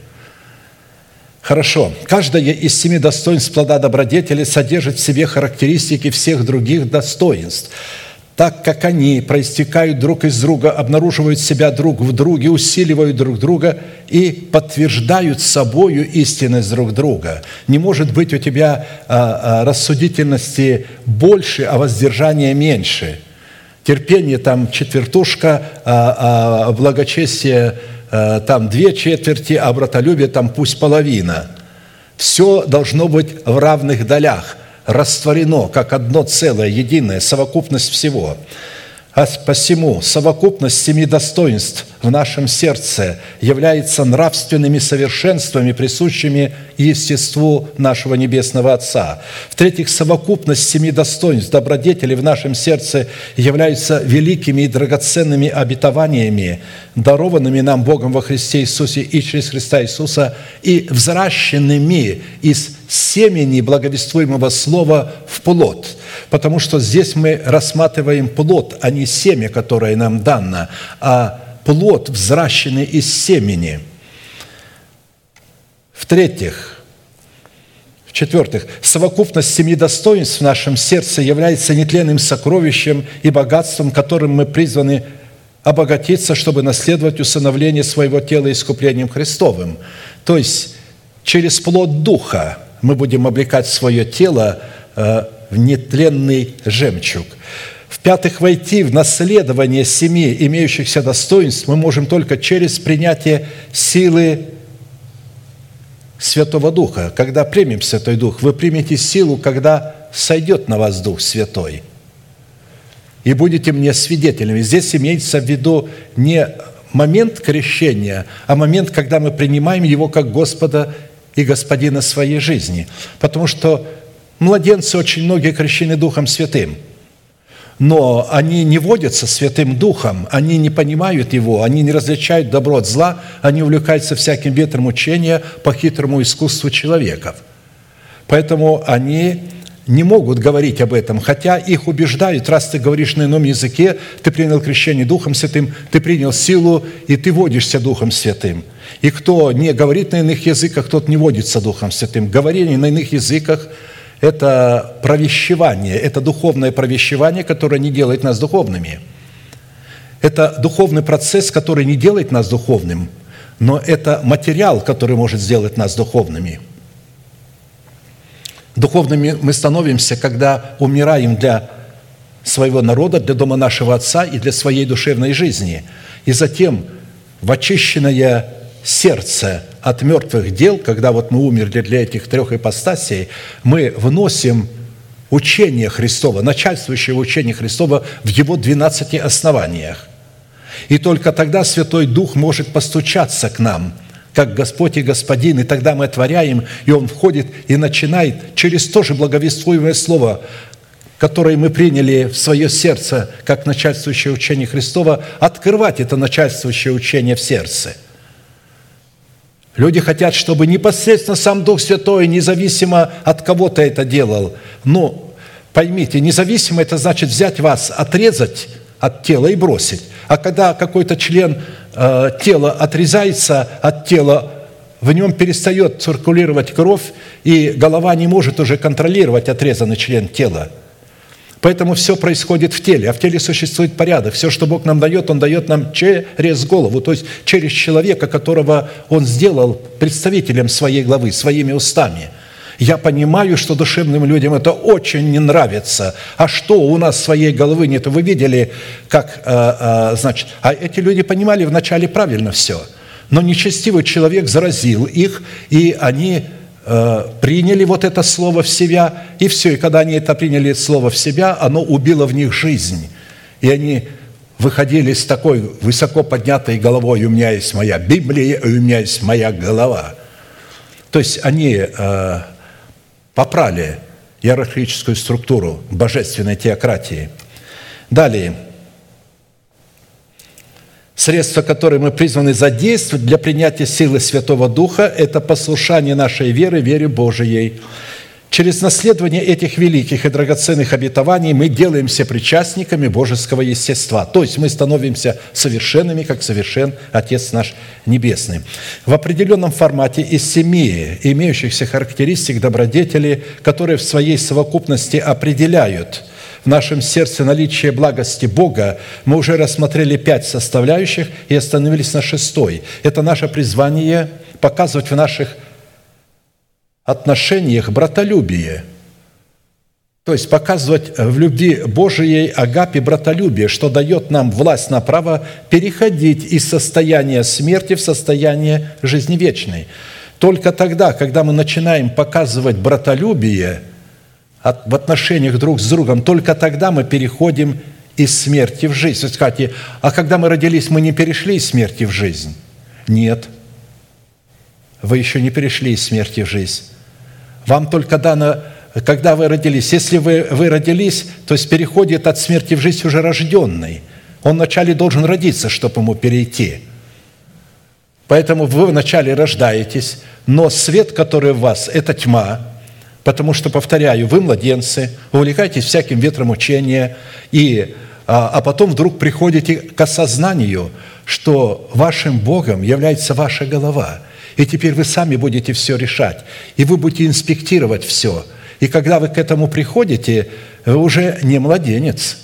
Хорошо. Каждое из семи достоинств плода добродетели содержит в себе характеристики всех других достоинств. Так как они проистекают друг из друга, обнаруживают себя друг в друге, усиливают друг друга и подтверждают собою истинность друг друга. Не может быть у тебя а, а, рассудительности больше, а воздержания меньше. Терпение там четвертушка, а, а благочестие а, там две четверти, а братолюбие там пусть половина. Все должно быть в равных долях, растворено, как одно целое, единое, совокупность всего. А посему совокупность семи достоинств в нашем сердце является нравственными совершенствами, присущими естеству нашего Небесного Отца. В-третьих, совокупность семи достоинств добродетели в нашем сердце являются великими и драгоценными обетованиями, дарованными нам Богом во Христе Иисусе и через Христа Иисуса, и взращенными из семени благовествуемого слова в плод. Потому что здесь мы рассматриваем плод, а не семя, которое нам дано, а плод, взращенный из семени. В-третьих, в-четвертых, совокупность семи достоинств в нашем сердце является нетленным сокровищем и богатством, которым мы призваны обогатиться, чтобы наследовать усыновление своего тела искуплением Христовым. То есть через плод Духа мы будем облекать свое тело в нетленный жемчуг. В-пятых, войти в наследование семи имеющихся достоинств мы можем только через принятие силы Святого Духа. Когда примем Святой Дух, вы примете силу, когда сойдет на вас Дух Святой. И будете мне свидетелями. Здесь имеется в виду не момент крещения, а момент, когда мы принимаем Его как Господа и Господина своей жизни. Потому что младенцы очень многие крещены Духом Святым, но они не водятся Святым Духом, они не понимают Его, они не различают добро от зла, они увлекаются всяким ветром учения по хитрому искусству человеков. Поэтому они не могут говорить об этом, хотя их убеждают: раз ты говоришь на ином языке, ты принял крещение Духом Святым, ты принял силу, и ты водишься Духом Святым. И кто не говорит на иных языках, тот не водится Духом Святым. Говорение на иных языках – это провещевание, это духовное провещевание, которое не делает нас духовными. Это духовный процесс, который не делает нас духовным, но это материал, который может сделать нас духовными. Духовными мы становимся, когда умираем для своего народа, для дома нашего Отца и для своей душевной жизни. И затем в очищенное сердце от мертвых дел, когда вот мы умерли для этих трех ипостасей, мы вносим учение Христово, начальствующее учение Христова в Его двенадцати основаниях. И только тогда Святой Дух может постучаться к нам, как Господь и Господин, и тогда мы отворяем, и Он входит и начинает через то же благовествуемое Слово, которое мы приняли в свое сердце, как начальствующее учение Христова, открывать это начальствующее учение в сердце. Люди хотят, чтобы непосредственно сам Дух Святой, независимо от кого ты это делал. Но поймите, независимо это значит взять вас, отрезать от тела и бросить. А когда какой-то член э, тела отрезается от тела, в нем перестает циркулировать кровь, и голова не может уже контролировать отрезанный член тела. Поэтому все происходит в теле, а в теле существует порядок. Все, что Бог нам дает, Он дает нам через голову, то есть через человека, которого Он сделал представителем своей главы, своими устами. Я понимаю, что душевным людям это очень не нравится. А что, у нас своей головы нет? Вы видели, как, э, э, значит, а эти люди понимали вначале правильно все, но нечестивый человек заразил их, и они э, приняли вот это слово в себя, и все. И когда они это приняли слово в себя, оно убило в них жизнь. И они выходили с такой высоко поднятой головой: «У меня есть моя Библия, и у меня есть моя голова». То есть они э, попрали иерархическую структуру божественной теократии. Далее. Средства, которые мы призваны задействовать для принятия силы Святого Духа, это послушание нашей веры, вере Божией. Через наследование этих великих и драгоценных обетований мы делаемся причастниками божеского естества. То есть мы становимся совершенными, как совершен Отец наш Небесный. В определенном формате из семи имеющихся характеристик добродетели, которые в своей совокупности определяют в нашем сердце наличие благости Бога, мы уже рассмотрели пять составляющих и остановились на шестой. Это наше призвание показывать в наших отношениях братолюбие, то есть показывать в любви Божией агапе братолюбие, что дает нам власть на право переходить из состояния смерти в состояние жизни вечной. Только тогда, когда мы начинаем показывать братолюбие в отношениях друг с другом, только тогда мы переходим из смерти в жизнь. Вы скажете: а когда мы родились, мы не перешли из смерти в жизнь? Нет. Вы еще не перешли из смерти в жизнь. Вам только дано, когда вы родились. Если вы, вы родились, то есть переходит от смерти в жизнь уже рожденный. Он вначале должен родиться, чтобы ему перейти. Поэтому вы вначале рождаетесь, но свет, который в вас, это тьма, потому что, повторяю, вы младенцы, увлекаетесь всяким ветром учения, и, а, а потом вдруг приходите к осознанию, что вашим Богом является ваша голова. И теперь вы сами будете все решать, и вы будете инспектировать все. И когда вы к этому приходите, вы уже не младенец,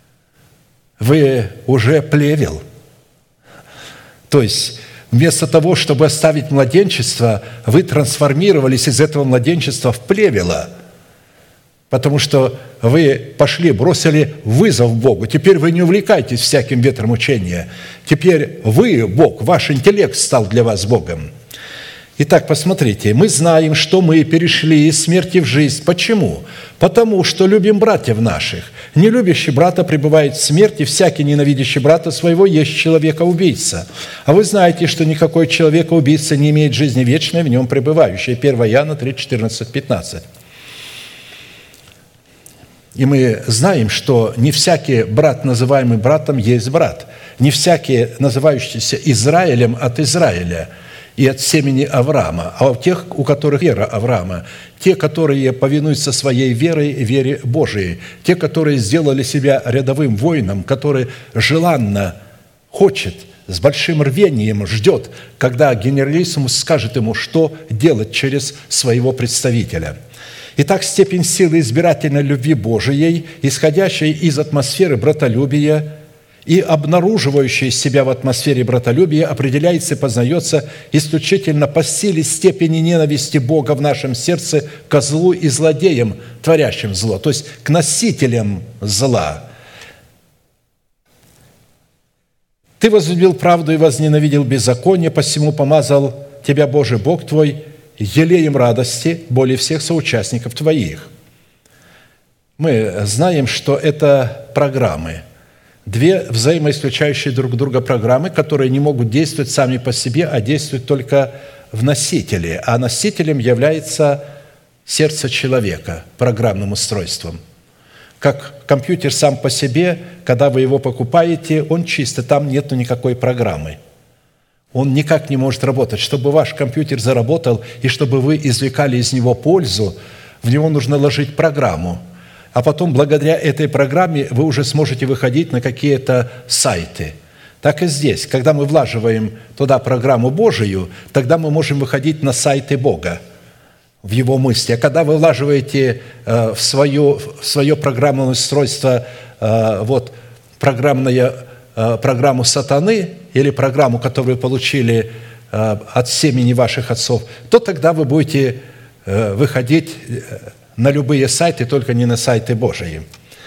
вы уже плевел. То есть вместо того, чтобы оставить младенчество, вы трансформировались из этого младенчества в плевела, потому что вы пошли, бросили вызов Богу. Теперь вы не увлекаетесь всяким ветром учения. Теперь вы, Бог, ваш интеллект стал для вас Богом. Итак, посмотрите, мы знаем, что мы перешли из смерти в жизнь. Почему? Потому что любим братьев наших. Не любящий брата пребывает в смерти, всякий ненавидящий брата своего есть человека-убийца. А вы знаете, что никакой человека-убийца не имеет жизни вечной, в нем пребывающей. первое Иоанна три, четырнадцать, пятнадцать. И мы знаем, что не всякий брат, называемый братом, есть брат. Не всякий, называющийся Израилем, от Израиля и от семени Авраама, а у тех, у которых вера Авраама, те, которые повинуются своей верой, вере Божией, те, которые сделали себя рядовым воином, который желанно хочет, с большим рвением ждет, когда генералиссимус скажет ему, что делать через своего представителя. Итак, степень силы избирательной любви Божией, исходящей из атмосферы братолюбия и обнаруживающей себя в атмосфере братолюбия, определяется и познается исключительно по силе степени ненависти Бога в нашем сердце ко злу и злодеям, творящим зло, то есть к носителям зла. «Ты возлюбил правду и возненавидел беззаконие, посему помазал тебя Божий Бог твой елеем радости более всех соучастников твоих». Мы знаем, что это программы, две взаимоисключающие друг друга программы, которые не могут действовать сами по себе, а действуют только в носителе. А носителем является сердце человека, программным устройством. Как компьютер сам по себе, когда вы его покупаете, он чисто, там нет никакой программы. Он никак не может работать. Чтобы ваш компьютер заработал и чтобы вы извлекали из него пользу, в него нужно ложить программу. А потом, благодаря этой программе, вы уже сможете выходить на какие-то сайты. Так и здесь. Когда мы влаживаем туда программу Божию, тогда мы можем выходить на сайты Бога, в Его мысли. А когда вы влаживаете э, в, свое, в свое программное устройство э, вот, программное, э, программу сатаны или программу, которую вы получили э, от семени ваших отцов, то тогда вы будете э, выходить на любые сайты, только не на сайты Божии.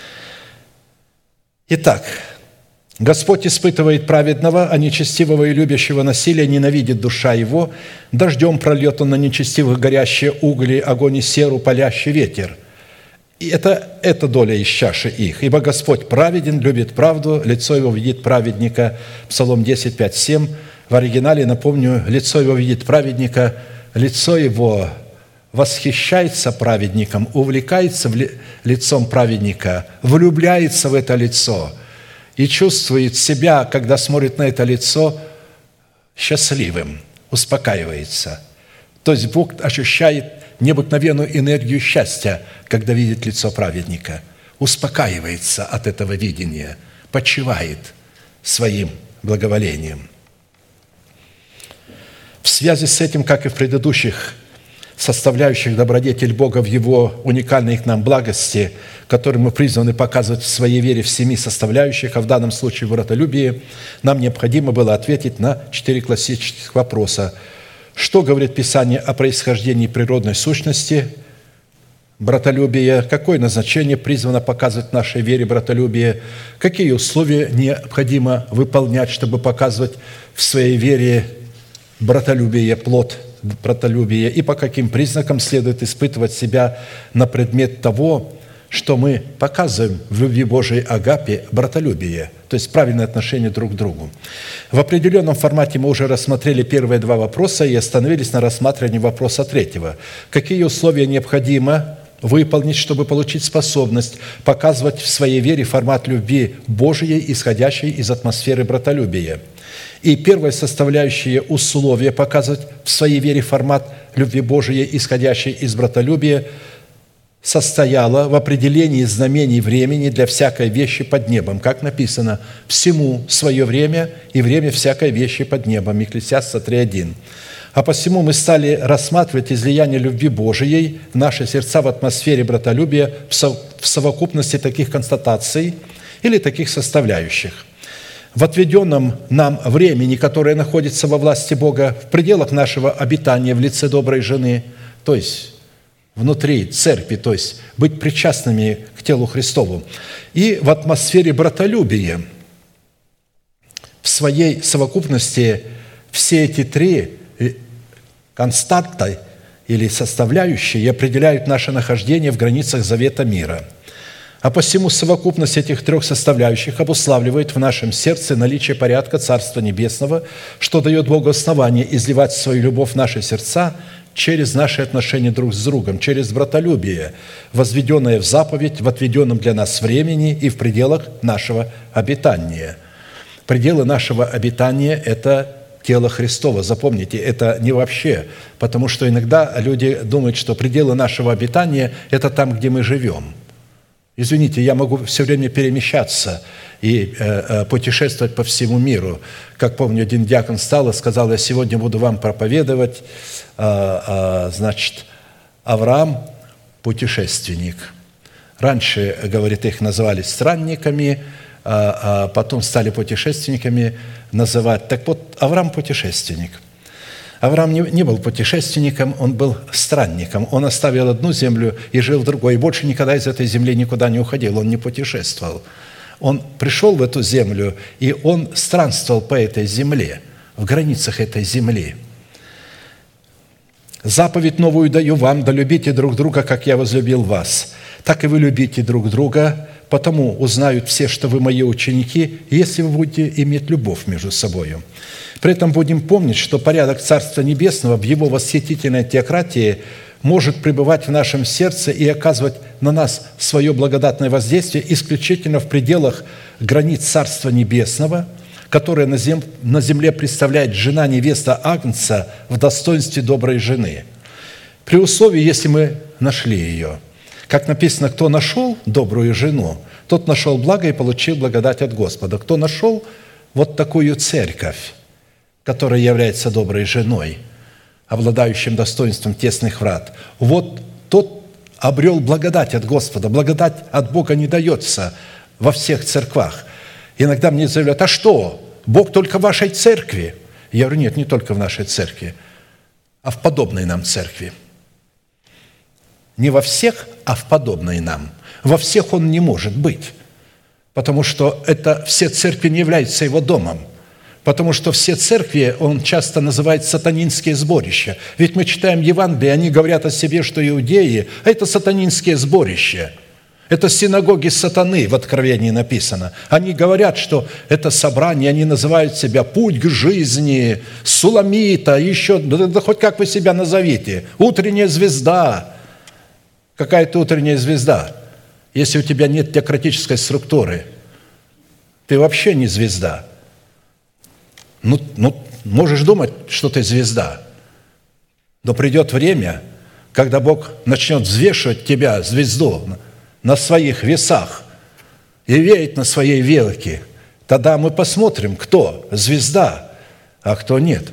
Итак, Господь испытывает праведного, а нечестивого и любящего насилия ненавидит душа его. Дождем прольет он на нечестивых горящие угли, огонь и серу, палящий ветер. И это, это доля из чаши их. Ибо Господь праведен, любит правду, лицо его видит праведника. Псалом десять, пять, семь. В оригинале, напомню, лицо его видит праведника, лицо его восхищается праведником, увлекается лицом праведника, влюбляется в это лицо и чувствует себя, когда смотрит на это лицо, счастливым, успокаивается. То есть Бог ощущает необыкновенную энергию счастья, когда видит лицо праведника, успокаивается от этого видения, почивает своим благоволением. В связи с этим, как и в предыдущих составляющих добродетель Бога в Его уникальной к нам благости, которую мы призваны показывать в своей вере в семи составляющих, а в данном случае в братолюбии, нам необходимо было ответить на четыре классических вопроса. Что говорит Писание о происхождении природной сущности братолюбия? Какое назначение призвано показывать в нашей вере братолюбие? Какие условия необходимо выполнять, чтобы показывать в своей вере братолюбие, плод братолюбия, и по каким признакам следует испытывать себя на предмет того, что мы показываем в любви Божией агапе братолюбие, то есть правильное отношение друг к другу. В определенном формате мы уже рассмотрели первые два вопроса и остановились на рассматривании вопроса третьего. Какие условия необходимо выполнить, чтобы получить способность показывать в своей вере формат любви Божией, исходящей из атмосферы братолюбия? И первое составляющее условие показывать в своей вере формат любви Божией, исходящей из братолюбия, состояло в определении знамений времени для всякой вещи под небом, как написано: «Всему свое время, и время всякой вещи под небом» Екклесиаста три один. А посему мы стали рассматривать излияние любви Божией в наши сердца в атмосфере братолюбия в совокупности таких констатаций или таких составляющих. В отведенном нам времени, которое находится во власти Бога, в пределах нашего обитания в лице доброй жены, то есть внутри церкви, то есть быть причастными к телу Христову, и в атмосфере братолюбия, в своей совокупности все эти три константы или составляющие определяют наше нахождение в границах завета мира. А посему совокупность этих трех составляющих обуславливает в нашем сердце наличие порядка Царства Небесного, что дает Богу основание изливать свою любовь в наши сердца через наши отношения друг с другом, через братолюбие, возведенное в заповедь в отведенном для нас времени и в пределах нашего обитания. Пределы нашего обитания – это тело Христово. Запомните, это не вообще, потому что иногда люди думают, что пределы нашего обитания – это там, где мы живем. Извините, я могу все время перемещаться и э, путешествовать по всему миру. Как помню, один диакон встал и сказал: я сегодня буду вам проповедовать, э, э, значит, Авраам путешественник. Раньше, говорит, их называли странниками, а потом стали путешественниками называть. Так вот, Авраам путешественник. Авраам не, не был путешественником, он был странником. Он оставил одну землю и жил в другой. И больше никогда из этой земли никуда не уходил, он не путешествовал. Он пришел в эту землю, и он странствовал по этой земле, в границах этой земли. «Заповедь новую даю вам, да любите друг друга, как я возлюбил вас. Так и вы любите друг друга, потому узнают все, что вы мои ученики, если вы будете иметь любовь между собою. При этом будем помнить, что порядок Царства Небесного в его восхитительной теократии может пребывать в нашем сердце и оказывать на нас свое благодатное воздействие исключительно в пределах границ Царства Небесного, которое на земле представляет жена невеста Агнца в достоинстве доброй жены. При условии, если мы нашли ее. Как написано, кто нашел добрую жену, тот нашел благо и получил благодать от Господа. Кто нашел вот такую церковь, которая является доброй женой, обладающим достоинством тесных врат, вот тот обрел благодать от Господа. Благодать от Бога не дается во всех церквах. Иногда мне заявляют: а что, Бог только в вашей церкви? Я говорю: нет, не только в нашей церкви, а в подобной нам церкви. Не во всех, а в подобной нам. Во всех Он не может быть, потому что это все церкви не являются Его домом. Потому что все церкви, он часто называет сатанинские сборища. Ведь мы читаем Евангелие, они говорят о себе, что иудеи, а это сатанинские сборища. Это синагоги сатаны, в Откровении написано. Они говорят, что это собрание, они называют себя «Путь к жизни», «Суламита», еще, да, да хоть как вы себя назовите, «Утренняя звезда». Какая ты утренняя звезда, если у тебя нет теократической структуры? Ты вообще не звезда. Ну, ну, можешь думать, что ты звезда, но придет время, когда Бог начнет взвешивать тебя, звезду, на своих весах и веять на своей велике. Тогда мы посмотрим, кто звезда, а кто нет.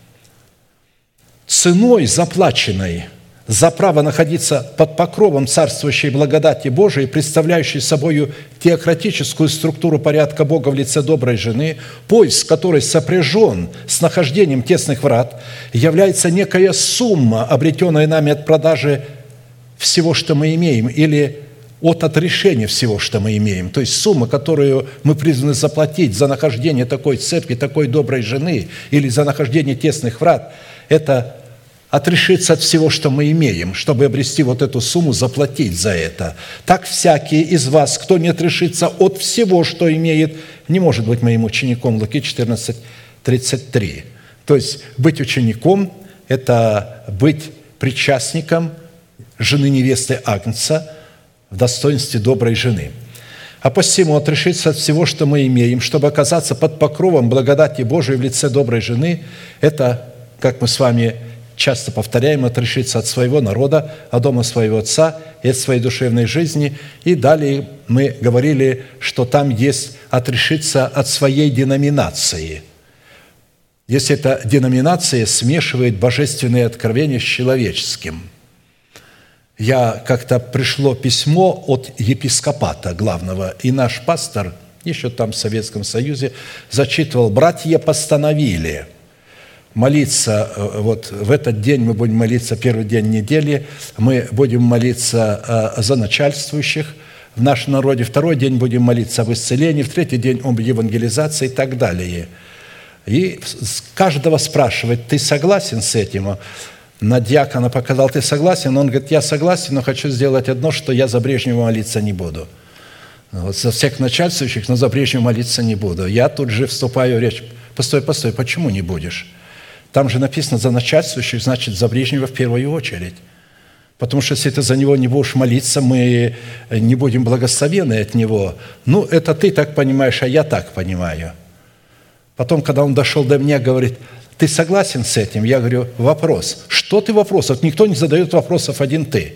Ценой заплаченной за право находиться под покровом царствующей благодати Божией, представляющей собою теократическую структуру порядка Бога в лице доброй жены, поиск которой сопряжен с нахождением тесных врат, является некая сумма, обретенная нами от продажи всего, что мы имеем, или от отрешения всего, что мы имеем. То есть сумма, которую мы призваны заплатить за нахождение такой церкви, такой доброй жены, или за нахождение тесных врат, это отрешиться от всего, что мы имеем, чтобы обрести вот эту сумму, заплатить за это. Так всякий из вас, кто не отрешится от всего, что имеет, не может быть моим учеником. Луки четырнадцать, тридцать три. То есть быть учеником – это быть причастником жены невесты Агнца в достоинстве доброй жены. А посему отрешиться от всего, что мы имеем, чтобы оказаться под покровом благодати Божией в лице доброй жены – это, как мы с вами часто повторяем, отрешиться от своего народа, от дома своего отца и от своей душевной жизни. И далее мы говорили, что там есть отрешиться от своей деноминации. Если эта деноминация смешивает божественные откровения с человеческим. Я как-то пришло письмо от епископата главного, и наш пастор, еще там в Советском Союзе, зачитывал: «Братья постановили молиться, вот в этот день мы будем молиться, первый день недели, мы будем молиться за начальствующих в нашем народе, второй день будем молиться об исцелении, в третий день об евангелизации и так далее». И каждого спрашивать: ты согласен с этим? На диакона показал: ты согласен? Он говорит: я согласен, но хочу сделать одно, что я за Брежнева молиться не буду. Вот за всех начальствующих, но за Брежнева молиться не буду. Я тут же вступаю в речь: постой, постой, почему не будешь? Там же написано: за начальствующих, значит, за Брежнева в первую очередь. Потому что если ты за него не будешь молиться, мы не будем благословенны от него. Ну, это ты так понимаешь, а я так понимаю. Потом, когда он дошел до меня, говорит: ты согласен с этим? Я говорю: вопрос. Что ты вопросов? Никто не задает вопросов, один ты.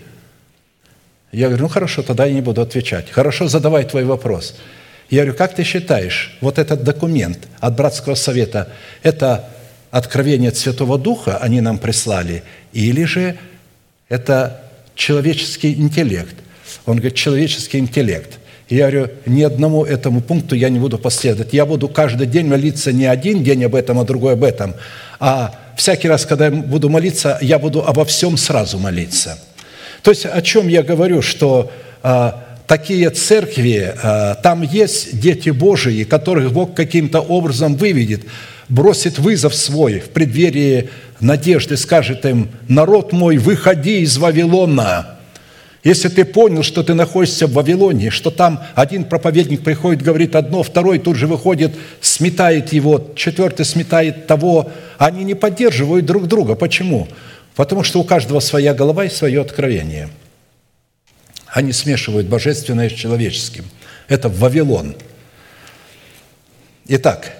Я говорю: ну хорошо, тогда я не буду отвечать. Хорошо, задавай твой вопрос. Я говорю: как ты считаешь, вот этот документ от Братского Совета, это откровение от Святого Духа они нам прислали, или же это человеческий интеллект. Он говорит, человеческий интеллект. И я говорю, ни одному этому пункту я не буду последовать. Я буду каждый день молиться не один день об этом, а другой об этом, а всякий раз, когда я буду молиться, я буду обо всем сразу молиться. То есть о чем я говорю, что а, такие церкви, а, там есть дети Божии, которых Бог каким-то образом выведет, бросит вызов свой в преддверии надежды, скажет им: «Народ мой, выходи из Вавилона». Если ты понял, что ты находишься в Вавилоне, что там один проповедник приходит, говорит одно, второй тут же выходит, сметает его, четвертый сметает того, они не поддерживают друг друга. Почему? Потому что у каждого своя голова и свое откровение. Они смешивают божественное с человеческим. Это Вавилон. Итак,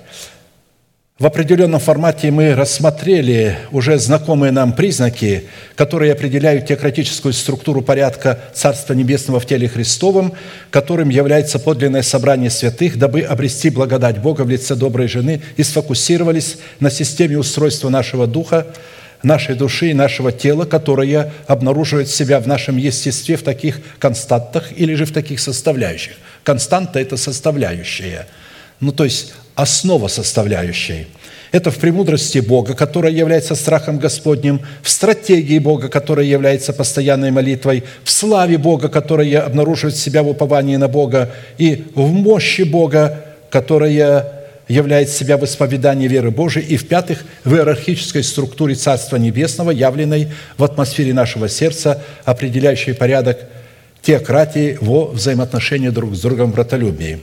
в определенном формате мы рассмотрели уже знакомые нам признаки, которые определяют теократическую структуру порядка Царства Небесного в теле Христовом, которым является подлинное собрание святых, дабы обрести благодать Бога в лице доброй жены, и сфокусировались на системе устройства нашего духа, нашей души и нашего тела, которое обнаруживает себя в нашем естестве в таких константах или же в таких составляющих. Константа – это составляющая, ну то есть основа составляющей. Это в премудрости Бога, которая является страхом Господним, в стратегии Бога, которая является постоянной молитвой, в славе Бога, которая обнаруживает себя в уповании на Бога, и в мощи Бога, которая являет себя в исповедании веры Божией, и, в-пятых, в иерархической структуре Царства Небесного, явленной в атмосфере нашего сердца, определяющей порядок теократии во взаимоотношении друг с другом в братолюбии.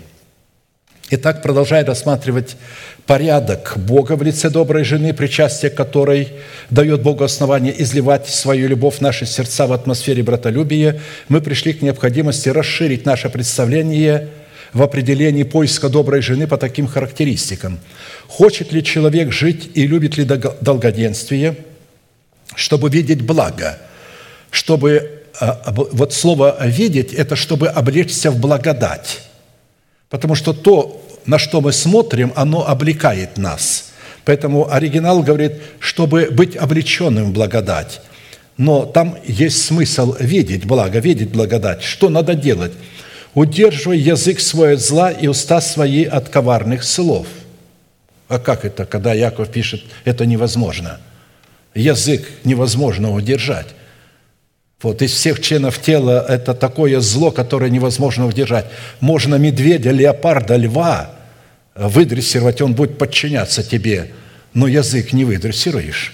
Итак, продолжая рассматривать порядок Бога в лице доброй жены, причастие которой дает Богу основание изливать свою любовь в наши сердца в атмосфере братолюбия, мы пришли к необходимости расширить наше представление в определении поиска доброй жены по таким характеристикам. Хочет ли человек жить и любит ли долгоденствие, чтобы видеть благо, чтобы, вот слово «видеть» – это чтобы облечься в благодать. Потому что то, на что мы смотрим, оно облекает нас. Поэтому оригинал говорит, чтобы быть облеченным в благодать. Но там есть смысл видеть благо, видеть благодать. Что надо делать? «Удерживай язык свой от зла и уста свои от коварных слов». А как это, когда Яков пишет, это невозможно? Язык невозможно удержать. Вот из всех членов тела это такое зло, которое невозможно удержать. Можно медведя, леопарда, льва выдрессировать, он будет подчиняться тебе, но язык не выдрессируешь.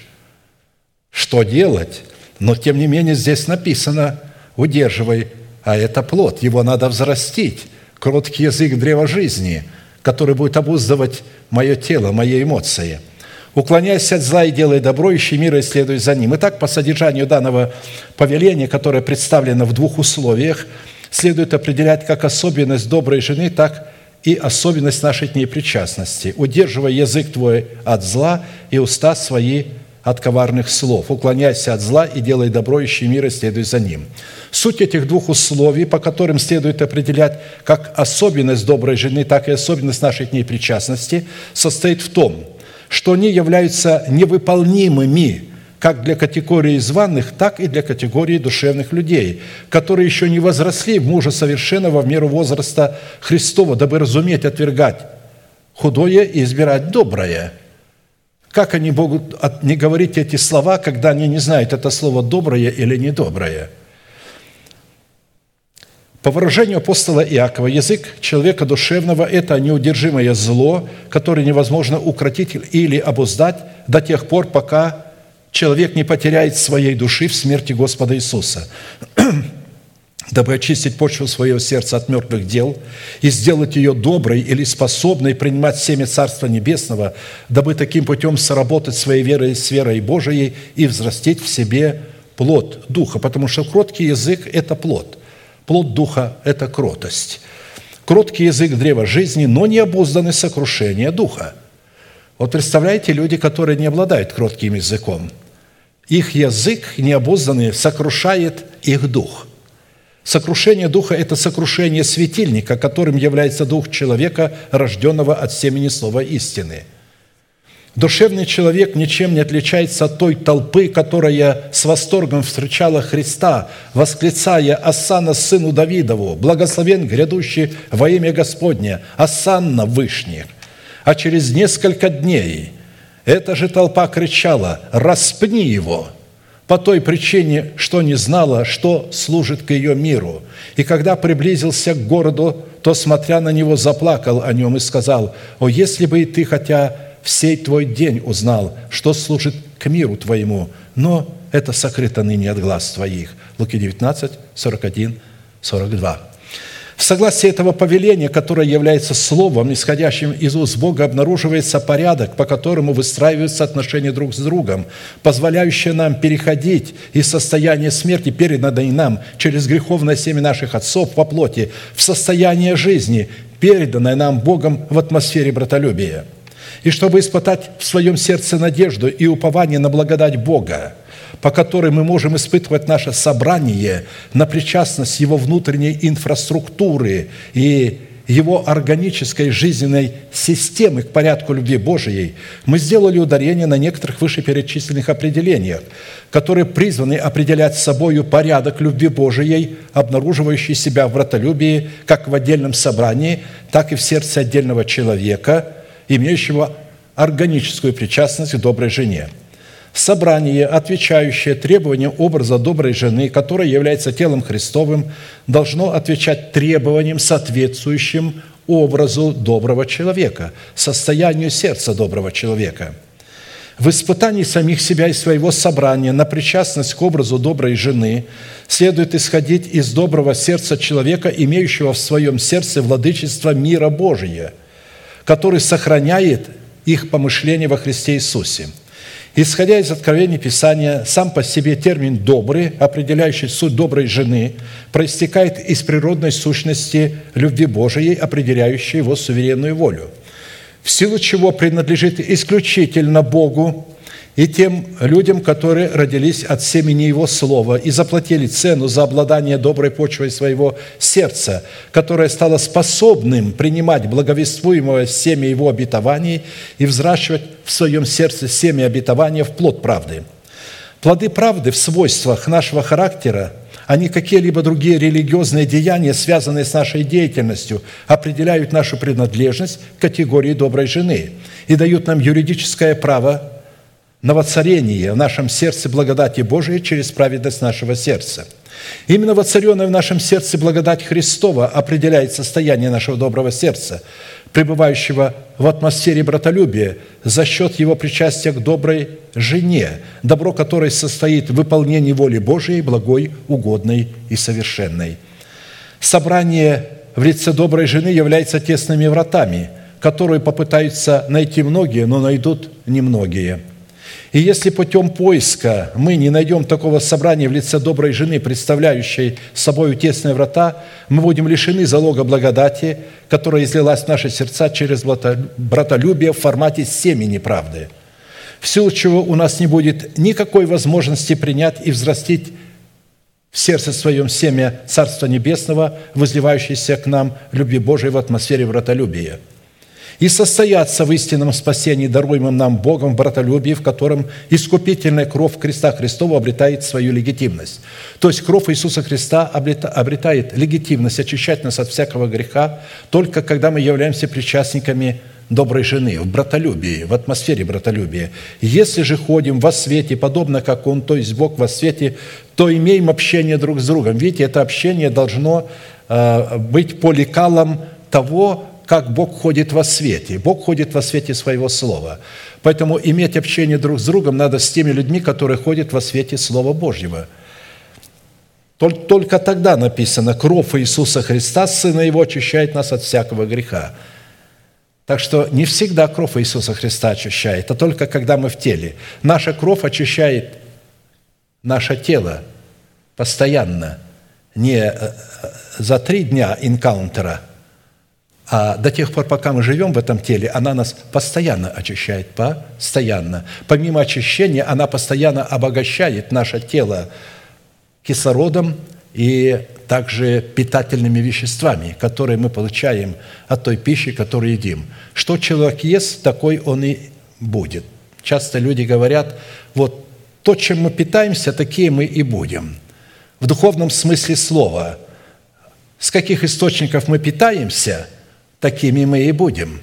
Что делать? Но тем не менее здесь написано «удерживай», а это плод, его надо взрастить. Кроткий язык древа жизни, который будет обуздывать мое тело, мои эмоции. «Уклоняйся от зла и делай добро, ищи мира и следуй за ним». Итак, по содержанию данного повеления, которое представлено в двух условиях, следует определять как особенность доброй жены, так и особенность нашей к ней причастности. «Удерживай язык твой от зла и уста свои от коварных слов. Уклоняйся от зла и делай добро, ищи мира и следуй за ним». Суть этих двух условий, по которым следует определять как особенность доброй жены, так и особенность нашей к ней причастности, состоит в том, что они являются невыполнимыми как для категории званых, так и для категории душевных людей, которые еще не возросли в мужа совершенного в меру возраста Христова, дабы разуметь отвергать худое и избирать доброе. Как они могут не говорить эти слова, когда они не знают, это слово доброе или недоброе? По выражению апостола Иакова, язык человека душевного – это неудержимое зло, которое невозможно укротить или обуздать до тех пор, пока человек не потеряет своей души в смерти Господа Иисуса. Дабы очистить почву своего сердца от мертвых дел и сделать ее доброй или способной принимать семя Царства Небесного, дабы таким путем соработать своей верой с верой Божией и взрастить в себе плод Духа. Потому что кроткий язык – это плод. Плод Духа – это кротость. Кроткий язык – древа жизни, но не обузданы сокрушения Духа. Вот представляете, люди, которые не обладают кротким языком, их язык необузданный сокрушает их дух. Сокрушение Духа – это сокрушение светильника, которым является Дух человека, рожденного от семени слова истины. Душевный человек ничем не отличается от той толпы, которая с восторгом встречала Христа, восклицая: «Осанна сыну Давидову! Благословен грядущий во имя Господне! Осанна вышних!» А через несколько дней эта же толпа кричала: «Распни его!» по той причине, что не знала, что служит к ее миру. И когда приблизился к городу, то, смотря на него, заплакал о нем и сказал: «О, если бы и ты хотя в сей твой день узнал, что служит к миру твоему, но это сокрыто ныне от глаз твоих». Луки девятнадцать, сорок один, сорок два. В согласии этого повеления, которое является словом, исходящим из уст Бога, обнаруживается порядок, по которому выстраиваются отношения друг с другом, позволяющие нам переходить из состояния смерти, переданной нам через греховное семя наших отцов по плоти, в состояние жизни, переданное нам Богом в атмосфере братолюбия. И чтобы испытать в своем сердце надежду и упование на благодать Бога, по которой мы можем испытывать наше собрание на причастность Его внутренней инфраструктуры и Его органической жизненной системы к порядку любви Божией, мы сделали ударение на некоторых вышеперечисленных определениях, которые призваны определять собою порядок любви Божией, обнаруживающий себя в братолюбии как в отдельном собрании, так и в сердце отдельного человека, имеющего органическую причастность к доброй жене. Собрание, отвечающее требованиям образа доброй жены, которая является телом Христовым, должно отвечать требованиям, соответствующим образу доброго человека, состоянию сердца доброго человека. В испытании самих себя и своего собрания на причастность к образу доброй жены следует исходить из доброго сердца человека, имеющего в своем сердце владычество мира Божия, который сохраняет их помышления во Христе Иисусе. Исходя из откровений Писания, сам по себе термин «добрый», определяющий суть доброй жены, проистекает из природной сущности любви Божией, определяющей его суверенную волю, в силу чего принадлежит исключительно Богу и тем людям, которые родились от семени Его Слова и заплатили цену за обладание доброй почвой своего сердца, которое стало способным принимать благовествуемое семя Его обетований и взращивать в своем сердце семя обетования в плод правды. Плоды правды в свойствах нашего характера, а не какие-либо другие религиозные деяния, связанные с нашей деятельностью, определяют нашу принадлежность к категории доброй жены и дают нам юридическое право на воцарение в нашем сердце благодати Божией через праведность нашего сердца. Именно воцаренная в нашем сердце благодать Христова определяет состояние нашего доброго сердца, пребывающего в атмосфере братолюбия за счет его причастия к доброй жене, добро которой состоит в выполнении воли Божией, благой, угодной и совершенной. Собрание в лице доброй жены является тесными вратами, которые попытаются найти многие, но найдут немногие. И если путем поиска мы не найдем такого собрания в лице доброй жены, представляющей собой тесные врата, мы будем лишены залога благодати, которая излилась в наши сердца через братолюбие в формате семени правды, в силу чего у нас не будет никакой возможности принять и взрастить в сердце своем семя Царства Небесного, возливающееся к нам любви Божией в атмосфере братолюбия, и состояться в истинном спасении, даруемом нам Богом в братолюбии, в котором искупительная кровь Христа Христова обретает свою легитимность. То есть кровь Иисуса Христа обретает легитимность очищать нас от всякого греха только когда мы являемся причастниками доброй жены, в братолюбии, в атмосфере братолюбия. Если же ходим во свете, подобно как Он, то есть Бог во свете, то имеем общение друг с другом. Видите, это общение должно э, быть по лекалам того, как Бог ходит во свете. Бог ходит во свете Своего Слова. Поэтому иметь общение друг с другом надо с теми людьми, которые ходят во свете Слова Божьего. Только тогда написано: «Кровь Иисуса Христа, Сына Его, очищает нас от всякого греха». Так что не всегда кровь Иисуса Христа очищает, а только когда мы в теле. Наша кровь очищает наше тело постоянно, не за три дня энкаунтера, а до тех пор, пока мы живем в этом теле, она нас постоянно очищает, постоянно. Помимо очищения, она постоянно обогащает наше тело кислородом и также питательными веществами, которые мы получаем от той пищи, которую едим. Что человек ест, такой он и будет. Часто люди говорят, вот то, чем мы питаемся, такие мы и будем. В духовном смысле слова, с каких источников мы питаемся, такими мы и будем.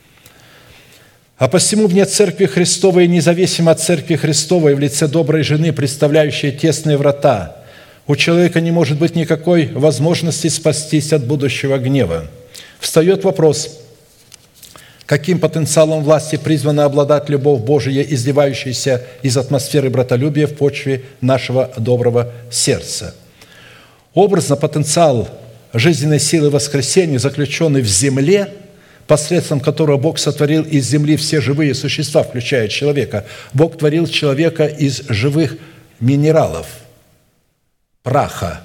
А посему вне Церкви Христовой, независимо от Церкви Христовой, в лице доброй жены, представляющей тесные врата, у человека не может быть никакой возможности спастись от будущего гнева. Встает вопрос, каким потенциалом власти призвана обладать любовь Божия, изливающаяся из атмосферы братолюбия в почве нашего доброго сердца. Образно потенциал жизненной силы воскресения, заключенный в земле, посредством которого Бог сотворил из земли все живые существа, включая человека. Бог творил человека из живых минералов, праха.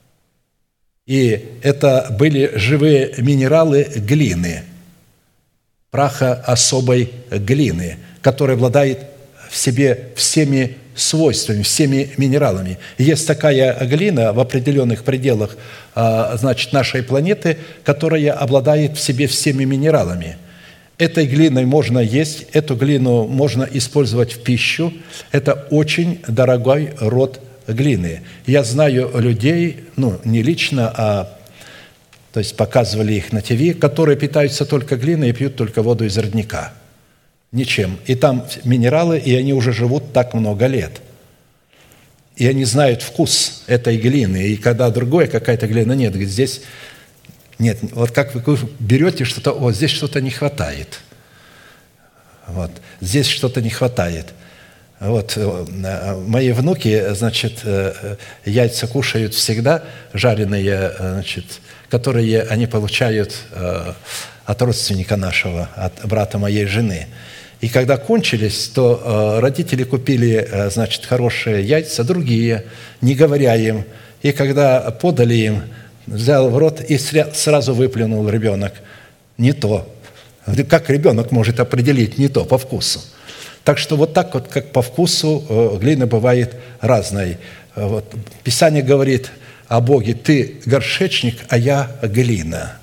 И это были живые минералы глины, праха особой глины, который обладает в себе всеми свойствами, всеми минералами. Есть такая глина в определенных пределах, значит, нашей планеты, которая обладает в себе всеми минералами. Этой глиной можно есть, эту глину можно использовать в пищу. Это очень дорогой род глины. Я знаю людей, ну, не лично, а то есть показывали их на ТВ, которые питаются только глиной и пьют только воду из родника. Ничем. И там минералы, и они уже живут так много лет. И они знают вкус этой глины. И когда другая какая-то глина, нет, говорит, здесь нет. Вот как вы берете что-то, о, здесь что-то не хватает. Вот, здесь что-то не хватает. Вот, мои внуки, значит, яйца кушают всегда, жареные, значит, которые они получают от родственника нашего, от брата моей жены. И когда кончились, то родители купили, значит, хорошие яйца, другие, не говоря им. И когда подали им, взял в рот и сразу выплюнул ребенок. Не то. Как ребенок может определить не то по вкусу? Так что вот так вот, как по вкусу, глина бывает разной. Вот. Писание говорит о Боге: «Ты горшечник, а я глина».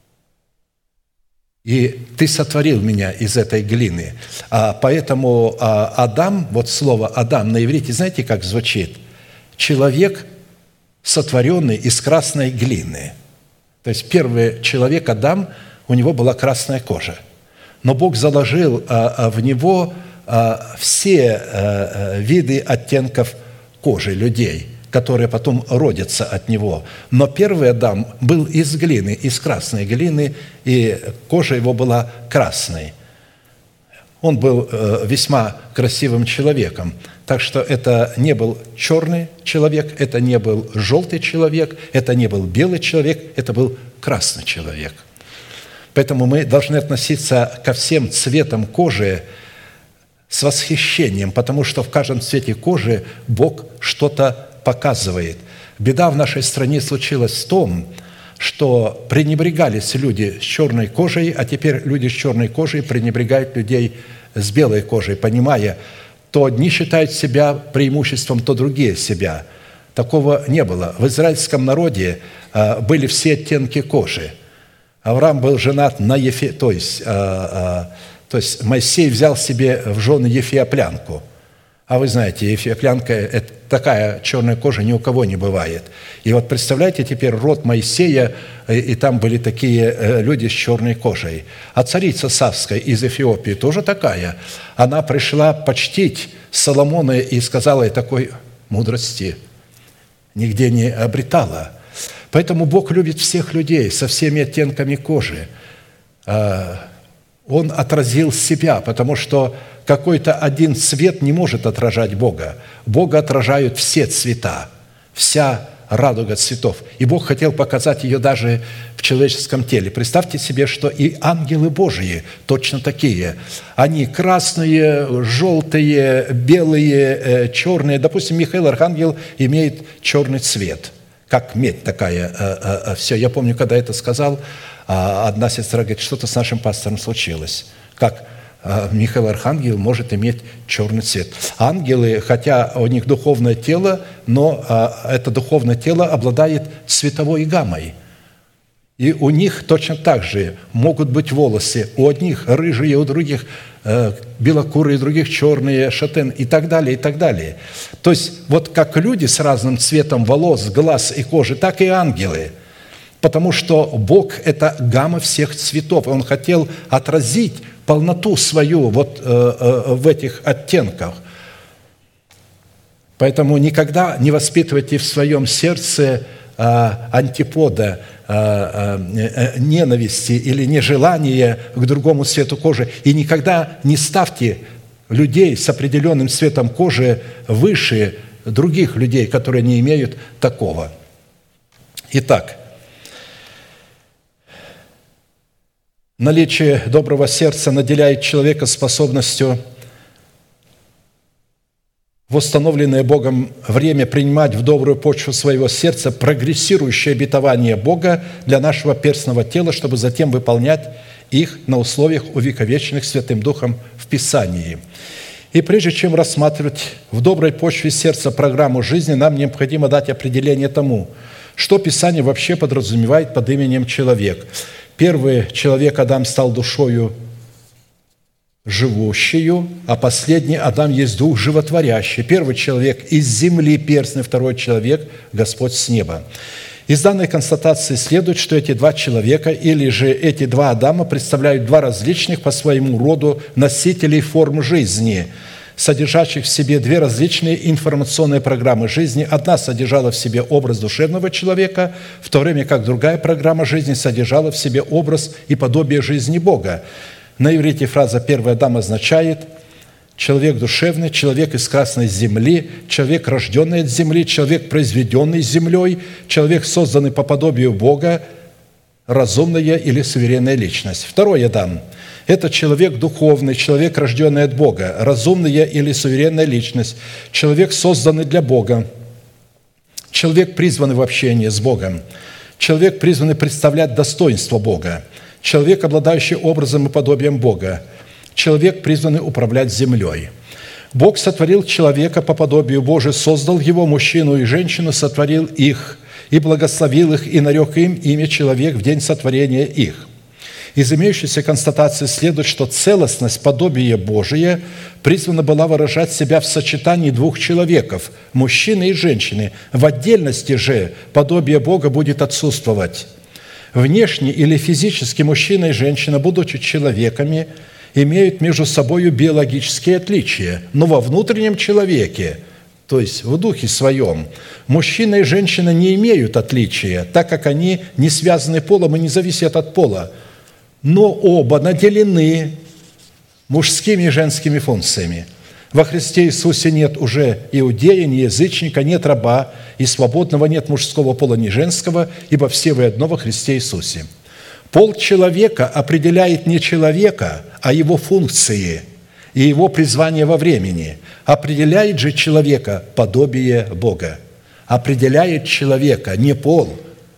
И ты сотворил меня из этой глины. А поэтому Адам, вот слово «Адам» на иврите, знаете, как звучит? Человек, сотворенный из красной глины. То есть первый человек, Адам, у него была красная кожа. Но Бог заложил в него все виды оттенков кожи людей, которые потом родятся от него. Но первый Адам был из глины, из красной глины, и кожа его была красной. Он был весьма красивым человеком. Так что это не был черный человек, это не был желтый человек, это не был белый человек, это был красный человек. Поэтому мы должны относиться ко всем цветам кожи с восхищением, потому что в каждом цвете кожи Бог что-то показывает. Беда в нашей стране случилась в том, что пренебрегались люди с черной кожей, а теперь люди с черной кожей пренебрегают людей с белой кожей, понимая, то одни считают себя преимуществом, то другие себя. Такого не было. В израильском народе были все оттенки кожи. Авраам был женат на Ефе, то есть, то есть Моисей взял себе в жены ефиоплянку. А вы знаете, ефиоплянка – это такая черная кожа, ни у кого не бывает. И вот представляете теперь род Моисея, и там были такие люди с черной кожей. А царица Савская из Эфиопии тоже такая. Она пришла почтить Соломона и сказала ей такой мудрости нигде не обретала. Поэтому Бог любит всех людей со всеми оттенками кожи. Он отразил себя, потому что какой-то один цвет не может отражать Бога. Бога отражают все цвета, вся радуга цветов. И Бог хотел показать ее даже в человеческом теле. Представьте себе, что и ангелы Божьи точно такие. Они красные, желтые, белые, черные. Допустим, Михаил Архангел имеет черный цвет, как медь такая. Все, я помню, когда это сказал, одна сестра говорит, что-то с нашим пастором случилось. Как Михаил Архангел может иметь черный цвет. Ангелы, хотя у них духовное тело, но это духовное тело обладает цветовой гаммой. И у них точно так же могут быть волосы. У одних рыжие, у других э, белокурые, у других черные, шатен и так далее, и так далее. То есть вот как люди с разным цветом волос, глаз и кожи, так и ангелы. Потому что Бог – это гамма всех цветов. Он хотел отразить полноту свою вот э, э, в этих оттенках. Поэтому никогда не воспитывайте в своем сердце э, антипода, э, э, ненависти или нежелания к другому цвету кожи. И никогда не ставьте людей с определенным цветом кожи выше других людей, которые не имеют такого. Итак, наличие доброго сердца наделяет человека способностью в установленное Богом время принимать в добрую почву своего сердца прогрессирующее обетование Бога для нашего перстного тела, чтобы затем выполнять их на условиях, увековеченных Святым Духом в Писании. И прежде чем рассматривать в доброй почве сердца программу жизни, нам необходимо дать определение тому, что Писание вообще подразумевает под именем «человек». Первый человек, Адам, стал душою живущую, а последний Адам есть дух животворящий. Первый человек из земли перстный, второй человек – Господь с неба. Из данной констатации следует, что эти два человека или же эти два Адама представляют два различных по своему роду носителей форм жизни, содержащих в себе две различные информационные программы жизни. Одна содержала в себе образ душевного человека, в то время как другая программа жизни содержала в себе образ и подобие жизни Бога. На иврите фраза «первый Адам» означает человек душевный, человек из красной земли, человек, рожденный от земли, человек, произведенный землей, человек, созданный по подобию Бога, разумная или суверенная личность. Второй Адам – это человек духовный, человек, рожденный от Бога, разумная или суверенная личность, человек, созданный для Бога, человек, призванный в общение с Богом, человек, призванный представлять достоинство Бога, человек, обладающий образом и подобием Бога, человек, призванный управлять землей. Бог сотворил человека по подобию Божию, создал его, мужчину и женщину, сотворил их, и благословил их, и нарек им имя человек в день сотворения их. Из имеющейся констатации следует, что целостность подобия Божия призвана была выражать себя в сочетании двух человеков, мужчины и женщины. В отдельности же подобие Бога будет отсутствовать. Внешне или физически мужчина и женщина, будучи человеками, имеют между собой биологические отличия, но во внутреннем человеке, то есть в духе своем, мужчина и женщина не имеют отличия, так как они не связаны полом и не зависят от пола, но оба наделены мужскими и женскими функциями. Во Христе Иисусе нет уже иудея, ни язычника, нет раба, и свободного нет мужского пола, ни женского, ибо все вы одно во Христе Иисусе. Пол человека определяет не человека, а его функции и его призвание во времени. Определяет же человека подобие Бога. Определяет человека не пол,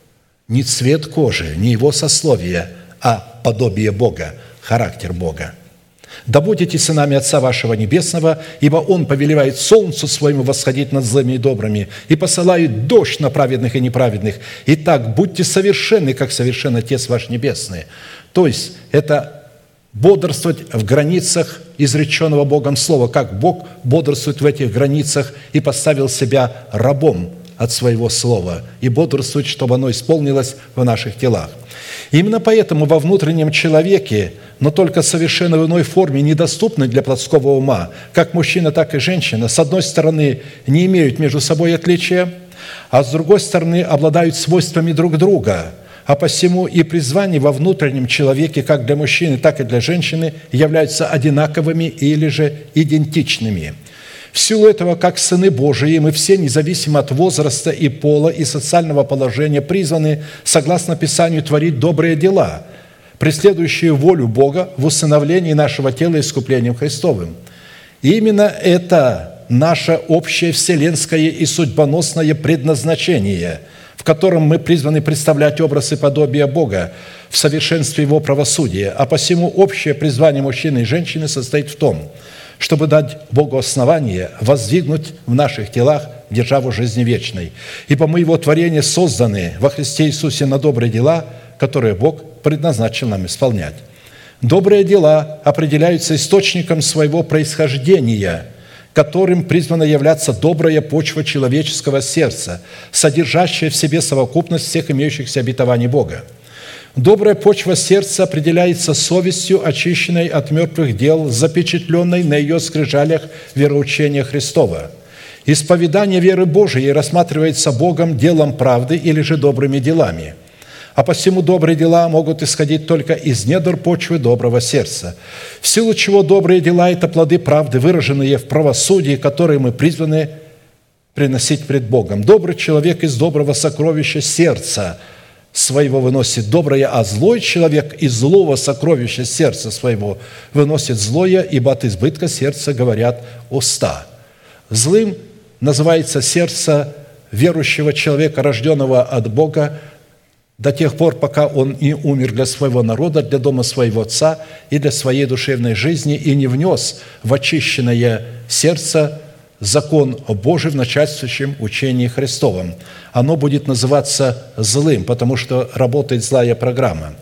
не цвет кожи, не его сословие, а подобие Бога, характер Бога. «Да будете сынами Отца вашего Небесного, ибо Он повелевает солнцу своему восходить над злыми и добрыми, и посылает дождь на праведных и неправедных. Итак, будьте совершенны, как совершен Отец ваш Небесный». То есть, это бодрствовать в границах изреченного Богом слова, как Бог бодрствует в этих границах и поставил себя рабом от своего слова, и бодрствует, чтобы оно исполнилось в наших телах. Именно поэтому во внутреннем человеке, но только совершенно в иной форме, недоступной для плотского ума, как мужчина, так и женщина, с одной стороны, не имеют между собой отличия, а с другой стороны, обладают свойствами друг друга, а посему и призвания во внутреннем человеке, как для мужчины, так и для женщины, являются одинаковыми или же идентичными. В силу этого, как сыны Божии, мы все, независимо от возраста и пола и социального положения, призваны, согласно Писанию, творить добрые дела, преследующие волю Бога в усыновлении нашего тела искуплением Христовым. И именно это наше общее вселенское и судьбоносное предназначение, в котором мы призваны представлять образ и подобие Бога в совершенстве Его правосудия. А посему общее призвание мужчины и женщины состоит в том, чтобы дать Богу основание воздвигнуть в наших телах державу жизни вечной. Ибо мы Его творение созданы во Христе Иисусе на добрые дела, которые Бог предназначил нам исполнять. Добрые дела определяются источником своего происхождения, которым призвана являться добрая почва человеческого сердца, содержащая в себе совокупность всех имеющихся обетований Бога. Добрая почва сердца определяется совестью, очищенной от мертвых дел, запечатленной на ее скрижалях вероучения Христова. Исповедание веры Божией рассматривается Богом делом правды или же добрыми делами. А посему добрые дела могут исходить только из недр почвы доброго сердца, в силу чего добрые дела – это плоды правды, выраженные в правосудии, которые мы призваны приносить пред Богом. Добрый человек из доброго сокровища сердца своего выносит доброе, а злой человек из злого сокровища сердца своего выносит злое, ибо от избытка сердца говорят уста. Злым называется сердце верующего человека, рожденного от Бога, до тех пор, пока он не умер для своего народа, для дома своего отца и для своей душевной жизни, и не внес в очищенное сердце закон Божий в начальствующем учении Христовом. Оно будет называться злым, потому что работает злая программа.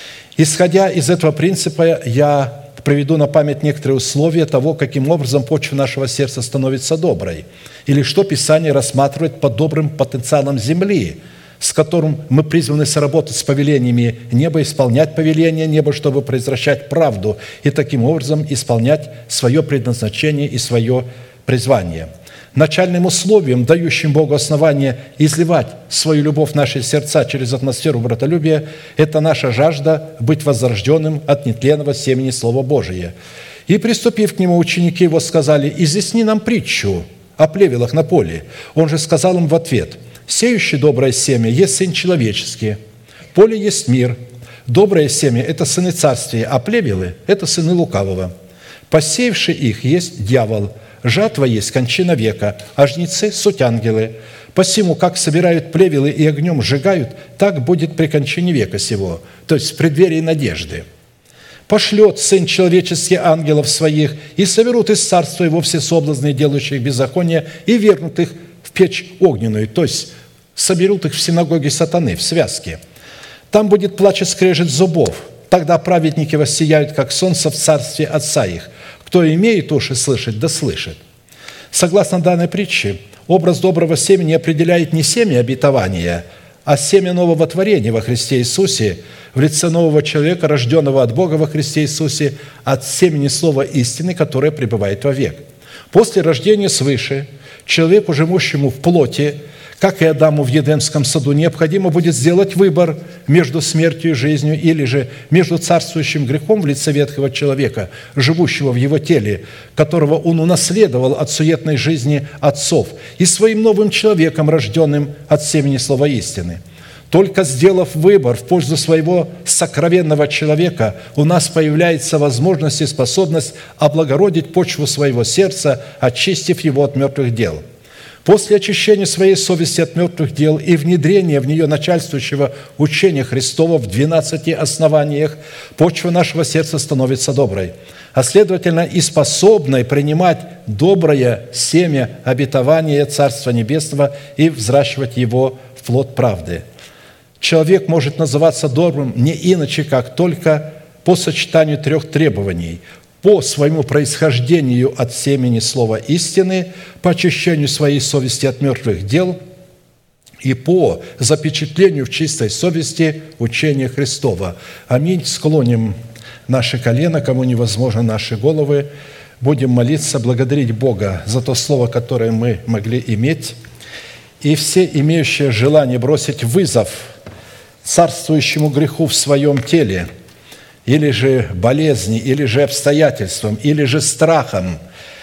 Исходя из этого принципа, я приведу на память некоторые условия того, каким образом почва нашего сердца становится доброй, или что Писание рассматривает под добрым потенциалом земли, с которым мы призваны соработать с повелениями неба, исполнять повеления неба, чтобы произвращать правду и таким образом исполнять свое предназначение и свое призвание. Начальным условием, дающим Богу основание изливать свою любовь в наши сердца через атмосферу братолюбия, это наша жажда быть возрожденным от нетленного семени Слова Божия. И, приступив к нему, ученики его сказали: «Изъясни нам притчу о плевелах на поле». Он же сказал им в ответ: «Сеющий доброе семя есть сын человеческий, поле есть мир. Доброе семя – это сыны царствия, а плевелы – это сыны лукавого. Посеявший их есть дьявол, жатва есть кончина века, а жнецы – суть ангелы. Посему, как собирают плевелы и огнем сжигают, так будет при кончине века сего», то есть в преддверии надежды. «Пошлет Сын Человеческий ангелов своих, и соберут из царства его все соблазны, делающих беззаконие, и вернут их в печь огненную», то есть соберут их в синагоге сатаны, в связке. «Там будет плач и скрежет зубов, тогда праведники воссияют, как солнце в царстве Отца их. Кто имеет уши слышать, да слышит». Согласно данной притче, образ доброго семени определяет не семя обетования, а семя нового творения во Христе Иисусе, в лице нового человека, рожденного от Бога во Христе Иисусе, от семени слова истины, которое пребывает вовек. После рождения свыше человеку, живущему в плоти, как и Адаму в Едемском саду, необходимо будет сделать выбор между смертью и жизнью, или же между царствующим грехом в лице ветхого человека, живущего в его теле, которого он унаследовал от суетной жизни отцов, и своим новым человеком, рожденным от семени слова истины. Только сделав выбор в пользу своего сокровенного человека, у нас появляется возможность и способность облагородить почву своего сердца, очистив его от мертвых дел. После очищения своей совести от мертвых дел и внедрения в нее начальствующего учения Христова в двенадцати основаниях, почва нашего сердца становится доброй, а следовательно и способной принимать доброе семя обетования Царства Небесного и взращивать его в плод правды. Человек может называться добрым не иначе, как только по сочетанию трех требований – по своему происхождению от семени слова истины, по очищению своей совести от мертвых дел и по запечатлению в чистой совести учения Христова. Аминь. Склоним наши колена, кому невозможно наши головы. Будем молиться, благодарить Бога за то слово, которое мы могли иметь. И все имеющие желание бросить вызов царствующему греху в своем теле, или же болезни, или же обстоятельствам, или же страхом,